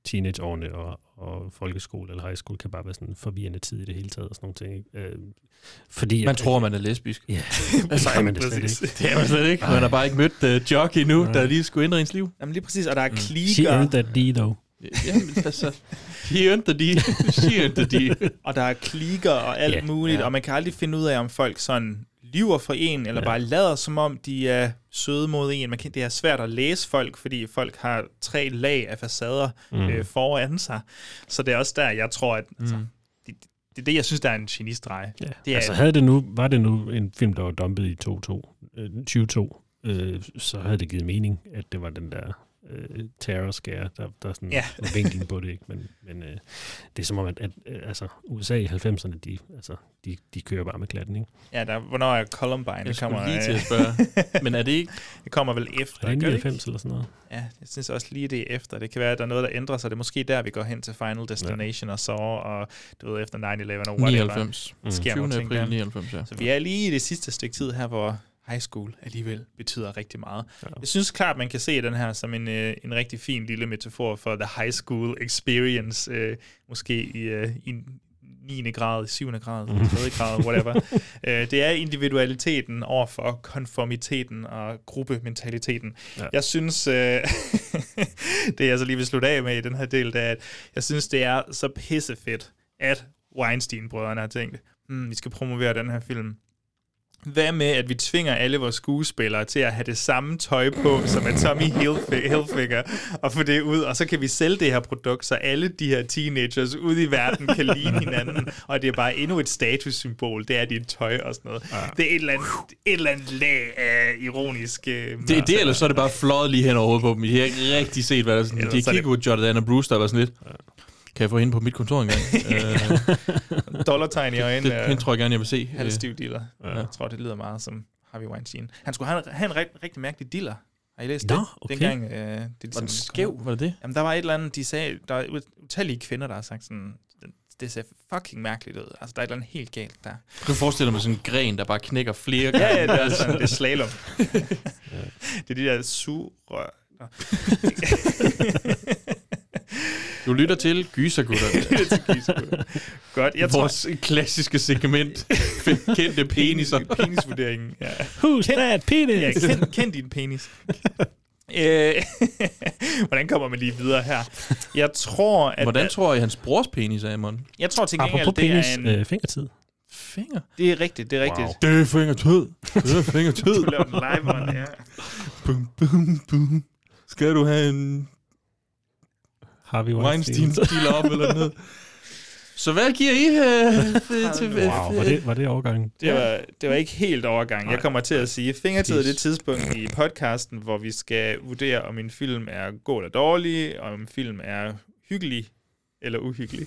teenageårene og, og folkeskole eller high school kan bare være sådan forvirrende tid i det hele taget og sådan nogle ting. Ikke? Øh, fordi, man at, tror, man er lesbisk. Ja, så er man det slet ikke. Det er man slet ikke. Man har bare ikke mødt uh, Jockey nu, ja. der lige skulle ændre ens liv. Jamen lige præcis, og der er mm. kliker. She earned that D, though. Jamen, altså, he earned the D. She earned the D. Og der er kliker og alt yeah, muligt, yeah. og man kan aldrig finde ud af, om folk sådan lyver for en, eller yeah. bare lader som om, de er søde mod en. Man kan, det er svært at læse folk, fordi folk har tre lag af facader mm. øh, foran sig. Så det er også der, jeg tror, at altså, mm. det, det er det, jeg synes, der er en genistreg. Ja. Det er, altså havde det nu, var det nu en film, der var dumpet i tyve to, øh, så havde det givet mening, at det var den der øh, terrorskære, der, der sådan ja. var vinkling på det, ikke? Men, men øh, det er som om, at, at altså, U S A i halvfemserne, de, altså, de, de kører bare med klatten, ikke? Ja, der, hvornår er Columbine? Jeg det kommer lige til at spørge. Men er det ikke? Det kommer vel efter. Er det nioghalvfems eller sådan noget? Ja, jeg synes også lige det er efter. Det kan være, at der er noget, der ændrer sig. Det er måske der, vi går hen til Final Destination ja. og så, og du ved, efter nine eleven og whatever. nioghalvfems. Mm. Sker tyvende april nioghalvfems, ja. Så vi er lige i det sidste stykke tid her, hvor high school alligevel betyder rigtig meget. Ja. Jeg synes klart, man kan se den her som en, øh, en rigtig fin lille metafor for the high school experience, øh, måske i, øh, i niende grad, syvende grad, tredje grad, whatever. øh, det er individualiteten overfor konformiteten og gruppementaliteten. Ja. Jeg synes, øh, det jeg så lige vil slutte af med i den her del, det er, at jeg synes, det er så pissefedt, at Weinstein-brødrene har tænkt, hmm, vi skal promovere den her film. Hvad med, at vi tvinger alle vores skuespillere til at have det samme tøj på, som er Tommy Hilfiger, og få det ud, og så kan vi sælge det her produkt, så alle de her teenagers ude i verden kan ligne hinanden, og det er bare endnu et statussymbol, det er dit tøj og sådan noget. Ja. Det er et eller andet, et eller andet lag af ironisk... Uh, det er det, eller så er det bare fløjet lige hen over hovedet på dem. I har ikke rigtig set, hvad der er sådan. De har kigget på Jordan og Brewster og sådan lidt. Ja. Kan jeg få hende på mit kontor engang? Dollartegn i øjnene. Det, det tror jeg gerne, jeg vil se. Halvstiv dealer. Ja. Jeg tror, det lyder meget som Harvey Weinstein. Han skulle have en, have en rigt, rigtig mærkelig dealer. Har I læst Nå, det? Okay. Dengang, øh, det var ligesom, det skæv? Var det det? Jamen, der var et eller andet, de sagde, der er utallige kvinder, der har sagt sådan, det ser fucking mærkeligt ud. Altså, der er et eller andet helt galt der. Du kan forestille dig sådan en gren, der bare knækker flere gange. ja, ja, det er, sådan, det er slalom. ja. Det er de der sugerør. Du lytter til Gysergutter. Godt. Jeg Vores tror... klassiske segment. Kendte peniser. Penisvurderingen. Ja. Who's that penis? Ja, kend, kend din penis. Hvordan kommer man lige videre her? Jeg tror, at... Hvordan tror I, hans brors penis er, Amon? Jeg tror til gengæld, det penis, er en... Øh, fingertid. Finger? Det er rigtigt, det er rigtigt. Wow. Det er fingertid. Det er fingertid. Du laver den live on, ja. Bum, bum, bum. Skal du have en... Harvey Weinstein stiller op eller noget. Så hvad giver I uh, til... Wow, var det, var det overgangen? Det var, det var ikke helt overgang. Jeg kommer til at sige, fingertid er det tidspunkt i podcasten, hvor vi skal vurdere, om en film er god eller dårlig, om en film er hyggelig eller uhyggelig.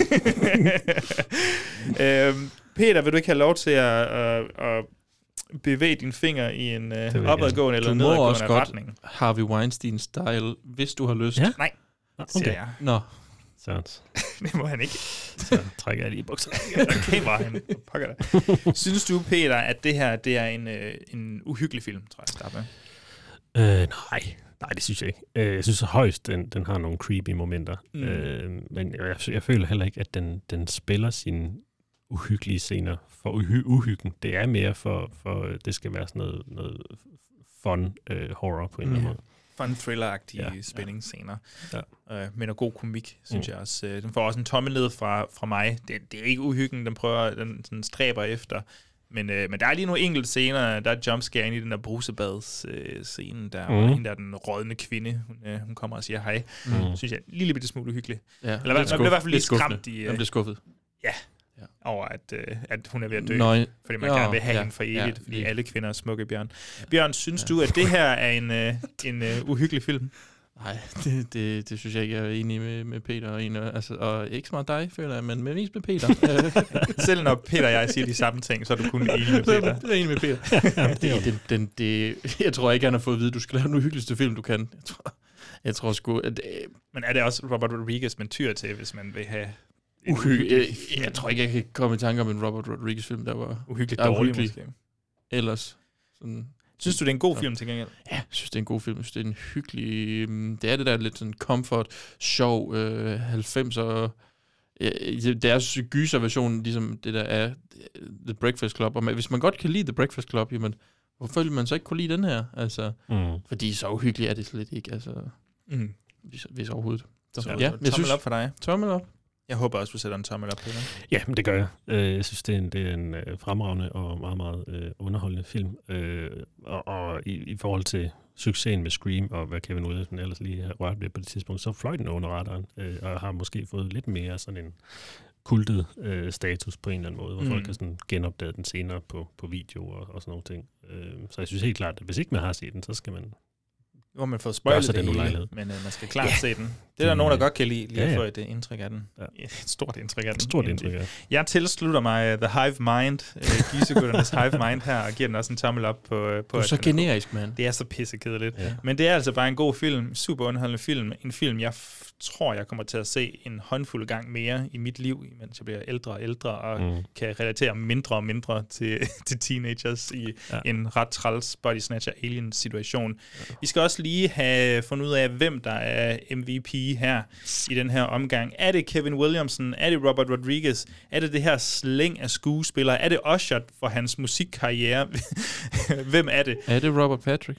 øhm, Peter, vil du ikke have lov til at, at, at bevæge din finger i en uh, opadgående eller nedadgående retning? Du må også godt Harvey Weinstein-style, hvis du har lyst. Ja? Nej. Okay. Nå. Sørens. Det må han ikke. Så trækker jeg lige i bukserne. Okay, var han. Pokker dig. Synes du, Peter, at det her det er en, øh, en uhyggelig film, tror jeg, starte med? Øh, nej. Nej, det synes jeg ikke. Øh, jeg synes højst, den, den har nogle creepy momenter. Mm. Øh, men jeg, jeg føler heller ikke, at den, den spiller sine uhyggelige scener for uhy- uhyggen. Det er mere for, for det skal være sådan noget, noget fun øh, horror på en eller anden måde. Fun thriller-agtige ja, spændingsscener. Ja. Øh, men og god komik, synes mm. jeg også. Den får også en tommel ned fra, fra mig. Det, det er ikke uhyggen, den prøver, den sådan stræber efter. Men, øh, men der er lige nogle enkelte scener, der er jumpscare inde i den der brusebads øh, scene, der mm. er en der den rådne kvinde, hun, øh, hun kommer og siger hej. Mm. Synes jeg er en lille bitte smule uhyggelig. Ja, Eller man bliver i hvert fald lidt skræmt i... Øh, man bliver skuffet. Ja. Ja. Over, at, øh, at hun er ved at dø. Nøj. Fordi man gerne vil have ja, hende for evigt, ja, fordi ja. alle kvinder er smukke, Bjørn. Bjørn, synes ja. du, at det her er en, øh, en øh, uhyggelig film? Nej, det, det, det synes jeg ikke, jeg er enig med, med Peter. Og, en, altså, og ikke så meget dig, føler jeg, men mest med Peter. Selv når Peter og jeg siger de samme ting, så er du kun enig med Peter. Jeg er enig med Peter. det, den, den, det, jeg tror ikke, han har fået at vide, at du skal lave den uhyggeligste film, du kan. Jeg tror, jeg tror sgu... At, øh, men er det også Robert Rodriguez, man tyr til, hvis man vil have... Uhyggelig. Jeg, jeg tror ikke, jeg kan komme i tanke om en Robert Rodriguez-film, der var uhyggeligt dårlig, måske. Ellers. Sådan. Synes du, det er en god film til gengæld? Ja, jeg synes, det er en god film. Jeg synes, det er en hyggelig... Um, det er det der lidt sådan comfort, sjov, øh, halvfemser... Øh, deres gyserversion, ligesom det der er The Breakfast Club. Og man, hvis man godt kan lide The Breakfast Club, jamen, hvorfor vil man så ikke kunne lide den her? Altså, mm. Fordi så uhyggeligt er det slet ikke, altså... Mm. Hvis, hvis overhovedet. Så, så ja, jeg tommel synes, op for dig. Tommel op. Jeg håber også, du sætter en tommel op på det. Ja, men det gør jeg. Jeg synes, det er en, det er en fremragende og meget, meget øh, underholdende film. Øh, og og i, i forhold til succesen med Scream, og hvad Kevin Williamson ellers lige har rørt ved på det tidspunkt, så fløj den under radaren, øh, og har måske fået lidt mere sådan en kultet øh, status på en eller anden måde, hvor mm. folk har sådan genopdaget den senere på, på video og, og sådan nogle ting. Øh, så jeg synes helt klart, at hvis ikke man har set den, så skal man... Hvor man får spoilet det hele, men uh, man skal klart ja. se den. Det er der nogen, der godt kan lide, lige ja, ja. at få et uh, indtryk af den. Ja. Et stort indtryk af den. Et stort indtryk, ja. Jeg tilslutter mig uh, The Hive Mind, uh, Gysergutternes Hive Mind her, og giver den også en tommel op på... Uh, på du er så generisk, mand. Det er så pissekedeligt. Ja. Men det er altså bare en god film, super underholdende film. En film, jeg f- tror, jeg kommer til at se en håndfuld gang mere i mit liv, mens jeg bliver ældre og ældre, og mm. kan relatere mindre og mindre til, til teenagers i ja. en ret træls body snatcher alien situation. Ja. Vi skal også lige have fundet ud af, hvem der er M V P her i den her omgang. Er det Kevin Williamson? Er det Robert Rodriguez? Er det det her slæng af skuespillere? Er det Usher for hans musikkarriere? Hvem er det? Er det Robert Patrick?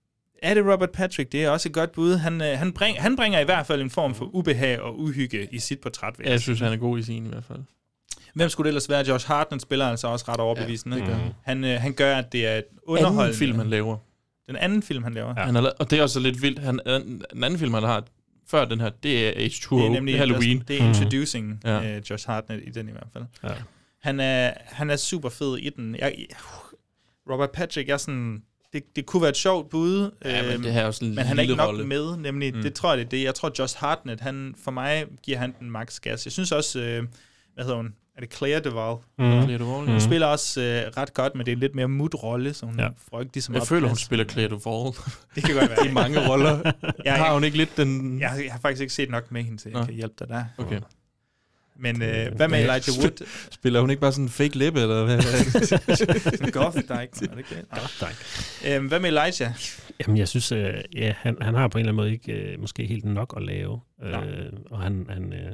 Er det Robert Patrick? Det er også et godt bud. Han, han, bring, han bringer i hvert fald en form for ubehag og uhygge i sit portræt. Jeg, jeg synes, han er god i sin i hvert fald. Hvem skulle det ellers være? Josh Hartnett spiller altså også ret overbevisende. Ja, mm. han, han gør, at det er et underholdende... Anden film, han laver. Den anden film, han laver. Ja. Han har, og det er også lidt vildt. Han, den anden film, han har før den her, det er H to O, det er nemlig Halloween. Det er Introducing mm. uh, Josh Hartnett i den i hvert fald. Ja. Han, er, han er super fed i den. Jeg, Robert Patrick er sådan... Det, det kunne være et sjovt bud, ja, men, det her er også en men han er ikke nok rolle. med, nemlig, mm. det tror jeg det er det. Jeg tror, Josh Hartnett, han, for mig giver han den max gas. Jeg synes også, øh, hvad hedder hun? Er det Claire Duvall? Mm. Claire Duvall, ja. Hun spiller også øh, ret godt, men det er en lidt mere mut-rolle, så hun ja. får ikke ligesom Jeg opplads. føler, hun spiller Claire Duvall. Det kan godt være. I mange roller. jeg, jeg, har hun ikke lidt den... Jeg, jeg har faktisk ikke set nok med hende til, at jeg kan hjælpe dig der. Okay. Men øh, hvad med Elijah Wood? Spiller hun ikke bare sådan en fake lippe, eller hvad? En goth-dyke, er det ikke det? Goth-dyke. Øhm, hvad med Elijah? Jamen, jeg synes, øh, ja, han, han har på en eller anden måde ikke øh, måske helt nok at lave. Øh, og han, han øh,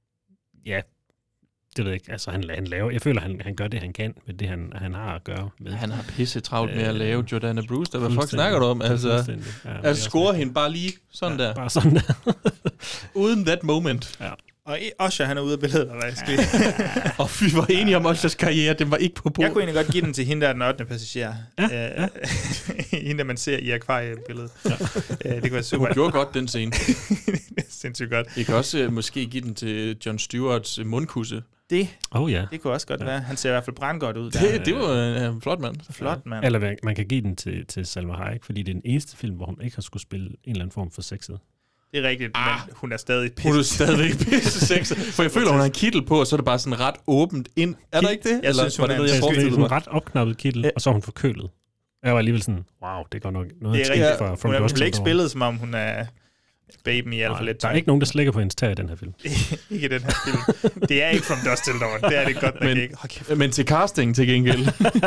ja, det ved jeg ikke, altså han, han laver, jeg føler, han, han gør det, han kan med det, han, han har at gøre med. Han har pisse travlt med at lave Jordana Brewster. Hvad fuck snakker du om? Altså, ja, altså score hende bare lige sådan ja, der. Bare sådan der. Uden that moment. Ja. Og Usher, han er ude af billedet, eller hvad? Ja. Og vi var enige om Ushers karriere, den var ikke på bordet. Jeg kunne egentlig godt give den til hende, der er den ottende passager. Ja, ja. Hende, der man ser i akvariebilledet. Ja. Det kunne være super. Hun gjorde godt den scene. Sindssygt godt. I kan også uh, måske give den til Jon Stewarts uh, mundkusse. Det, oh, ja. det kunne også godt ja. være. Han ser i hvert fald brandgodt ud. Det, der. det var en uh, flot mand. Flot mand. Eller man kan give den til, til Salma Hayek, fordi det er den eneste film, hvor hun ikke har skulle spille en eller anden form for sexet. Det er rigtigt, ah, men hun er stadig pisse. Hun er stadig pisse sexet. For jeg føler, hun har en kittel på, og så er det bare sådan ret åbent ind. Er der ikke det? Jeg synes, hun er noget, jeg forestillede mig. En ret opknappet kittel, ja. Og så er hun forkølet. Jeg var alligevel sådan, wow, det går nok noget til for From Dusk Till Dawn. Hun er ikke spillet, som om hun er babyen i alt for lidt. Der er ikke nogen, der slækker på hendes tær i den her film. Ikke i den her film. Det er ikke From Dusk Till Dawn. Det er det godt, men, ikke. Okay. Men til casting til gengæld.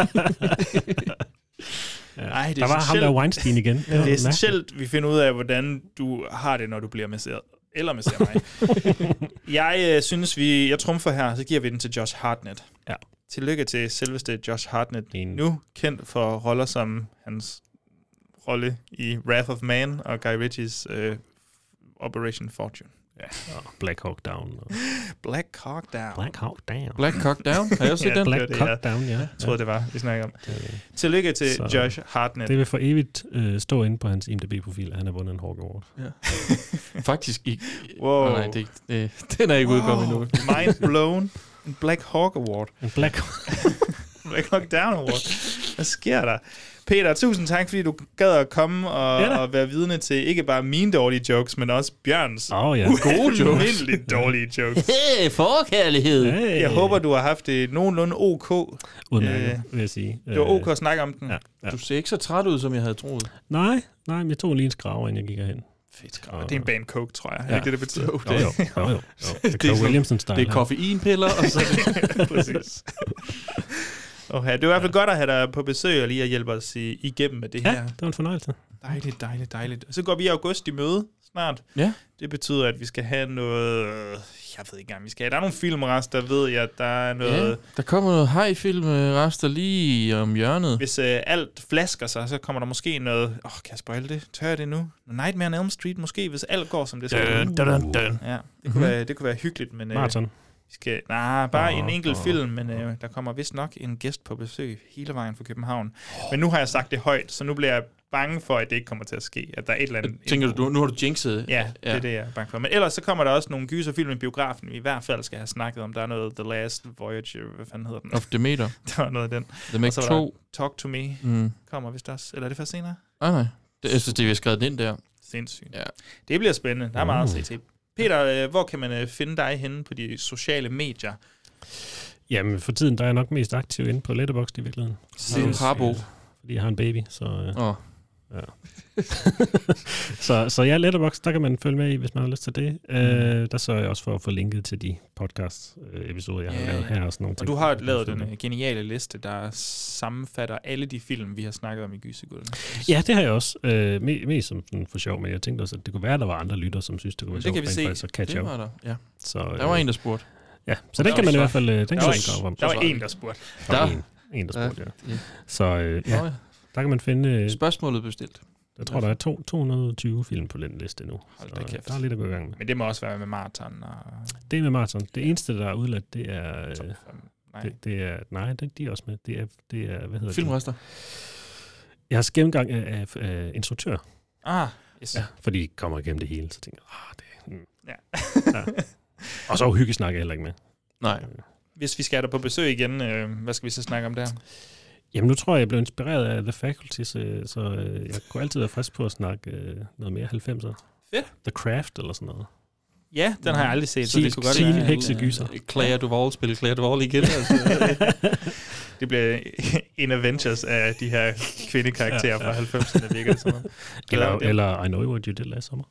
Ja. Ej, det der var ham der Weinstein igen. Det er essentielt, vi finder ud af, hvordan du har det, når du bliver masseret. Eller masserer mig. jeg øh, synes, vi... Jeg trumfer her, så giver vi den til Josh Hartnett. Ja. Tillykke til selveste Josh Hartnett. En. Nu kendt for roller som hans rolle i Wrath of Man og Guy Ritchies øh, Operation Fortune. Ja. Oh, Black Hawk Down. Black Hawk Down. Black Hawk Down. Black Hawk Down? Har jeg også set ja, den? Black det, Hawk Down, ja. Jeg troede, det var, vi snakker om. Det. Tillykke til så, Josh Hartnett. Det vil for evigt øh, stå inde på hans I M D B-profil, at han har vundet en Hawk Award. Ja. Faktisk ikke. Wow. Oh, nej, det, det, den er ikke wow. udkommet endnu. Mind blown. En Black Hawk Award. En Black Black Hawk Down Award. Hvad sker der? Peter, tusind tak, fordi du gad at komme og, ja, og være vidne til ikke bare mine dårlige jokes, men også Bjørns oh, ja. gode jokes. Uendeligt dårlige jokes. Hey, forkærlighed. Hey. Jeg håber, du har haft det nogenlunde ok. Udmærket, øh, vil jeg sige. Det var ok at snakke om den. Ja, ja. Du ser ikke så træt ud, som jeg havde troet. Nej, nej, men jeg tog lige en skraver, inden jeg gik herhen. Fedt skraver. Det er en bane coke, tror jeg. Ja. Er ikke det, det betyder? Jo, det, jo, jo, jo, jo. Det er, det er Williamson-style. Det er koffeinpiller. Og så præcis. Oh, ja, det er i hvert fald godt at have dig på besøg og lige at hjælpe os i, igennem med det ja, her. det var en fornøjelse. Dejligt, dejligt, dejligt. Og så går vi i august i møde snart. Ja. Det betyder, at vi skal have noget... Jeg ved ikke engang, vi skal have. Der er nogle filmrester, ved jeg, der er noget... Ja, der kommer noget high-film-rester lige om hjørnet. Hvis øh, alt flasker sig, så kommer der måske noget... Åh, oh, kan jeg spoil det? Tør jeg det nu? Nightmare on Elm Street måske, hvis alt går, som det skal. Dun, dun, dun. Ja, det kunne, mm-hmm. være, det kunne være hyggeligt, men... Øh, Marathon. vi skal... Nej, bare oh, en enkelt oh. film, men øh, der kommer vist nok en gæst på besøg hele vejen fra København. Men nu har jeg sagt det højt, så nu bliver jeg bange for, at det ikke kommer til at ske. At der er et eller andet... Tænker du, nu har du jinxet? Ja, det ja. er det, jeg er bange for. Men ellers så kommer der også nogle gyserfilm i biografen, vi i hvert fald skal have snakket om. Der er noget The Last Voyage, hvad fanden hedder den? Of Demeter. Der var noget af den. The Meg to. Talk to Me mm. kommer vist også. Eller er det først senere? Nej, nej. Det, jeg synes, det vi har skrevet ind der. Sindssygt. Ja. Det bliver spændende. Der er meget uh. at se til. Peter, hvor kan man finde dig henne på de sociale medier? Jamen, for tiden der er jeg nok mest aktiv inde på Letterboxd i virkeligheden. Siden Harbo. Fordi jeg har en baby, så... Åh. Oh. Ja. så, så ja, Letterboxd, der kan man følge med i, hvis man har lyst til det. Mm. Uh, der sørger jeg også for at få linket til de podcast-episoder, jeg yeah. har lavet her og sådan nogle og ting. Og du har lavet den geniale liste, der sammenfatter alle de film, vi har snakket om i Gysergulden. Ja, det har jeg også. Uh, mest me som sådan for sjov, men jeg tænkte også, at det kunne være, at der var andre lytter, som synes, det kunne være sjovt. Det kan vi se. At catch det up. var der, ja. Så, der var uh, en, der spurgte. Ja, så den kan man i hvert fald... Uh, den der, kan var, man der var en, der spurgte. Der var en, en, der spurgte, ja. ja. Så uh, ja, der kan man finde... Uh, Spørgsmålet bestilt. Jeg tror, der er to, to hundrede og tyve film på den liste nu. Hold så da kæft. Der er lidt at gå i gang med. Men det må også være med maraton. Og... Det er med maraton. Det eneste, der er udladt, det er... Øh, nej. Det, det er... Nej, det, de er også med. Det er... Det er hvad hedder Filmrester? Det? Jeg har gennemgang af, af, af instruktør. Ah, yes. Ja, fordi de kommer igennem det hele, så tænker jeg, ah, det... Mm. Ja. ja. Og så uhyggesnak er heller ikke med. Nej. Hvis vi skal have dig på besøg igen, øh, hvad skal vi så snakke om der? Jamen, nu tror jeg, jeg blev inspireret af The Faculty, så, så øh, jeg kunne altid være frisk på at snakke øh, noget mere halvfemser. Fedt. The Craft eller sådan noget. Ja, den har jeg aldrig set, så Sil, det kunne godt Sil, være... heksegyser. Claire Duvall spiller Claire Duvall igen. Altså. Det bliver en Avengers af de her kvindekarakterer ja, ja. fra halvfemserne, virker det sådan eller, eller I Know What You Did Last Summer.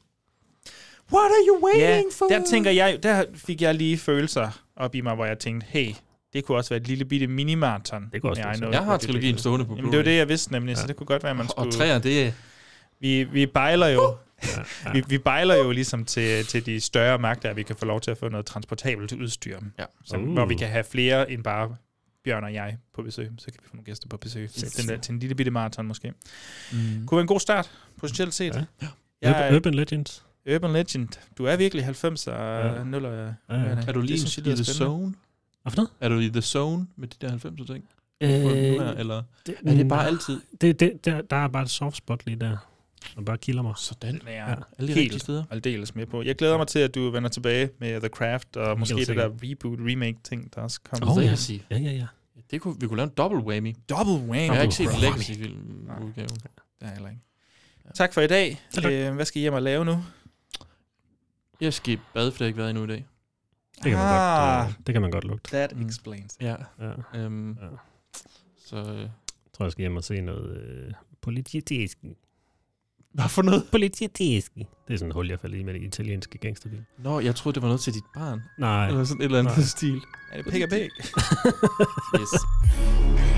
What are you waiting ja, for? Der tænker jeg, der fik jeg lige følelser op i mig, hvor jeg tænkte, hey, det kunne også være et lille bitte minimarathon. Det kunne også ja, jeg, jeg har trilogien stående på Blu-ray. Jamen, det var det, jeg vidste nemlig, ja. Så det kunne godt være, at man skulle... Og træer, det er... Vi, vi bejler jo... Ja, ja. Vi, vi bejler jo ligesom til, til de større magter, at vi kan få lov til at få noget transportabelt udstyr. Ja. Så, uh. Hvor vi kan have flere end bare Bjørn og jeg på besøg. Så kan vi få nogle gæster på besøg. Den der, til en lille bitte maraton måske. Mm. Kunne være en god start, potentielt set. Ja. Ja. Jeg, Urban Legends. Urban Legend. Du er virkelig halvfemser ja. nuller. Ja, ja. Er du lige i The Zone? Hvad for noget? Er du i The Zone med de der halvfemser ting? Øh, eller det, er det bare altid? Det, det, der, der er bare et soft spot lige der. Og bare kilder mig. Sådan. Ja, ja. Alle de rigtige steder. Aldeles med på. Jeg glæder mig til, at du vender tilbage med The Craft, og måske det der reboot, remake-ting, der også kommer. Åh, oh, ja. ja, ja, ja. Det kunne, vi kunne lave en double whammy. Double whammy? Jeg har ikke set Legacy-film-udgaven. Det har jeg heller ikke. Ja. Tak for i dag. Øh, hvad skal I hjem og lave nu? Jeg skal i bad, for det har ikke været endnu i dag. Det kan man, ah, godt, uh, det kan man godt lugte. That explains. Ja. ja. Um, ja. Så øh. jeg tror, jeg skal hjem og se noget øh, politisk. Hvad for noget? Politisk. Det er sådan en hul, jeg faldt i med det italienske gangsterbil. Nå, jeg troede, det var noget til dit barn. Nej. Eller sådan et eller andet Nej. stil. Er det pik og pik? Yes.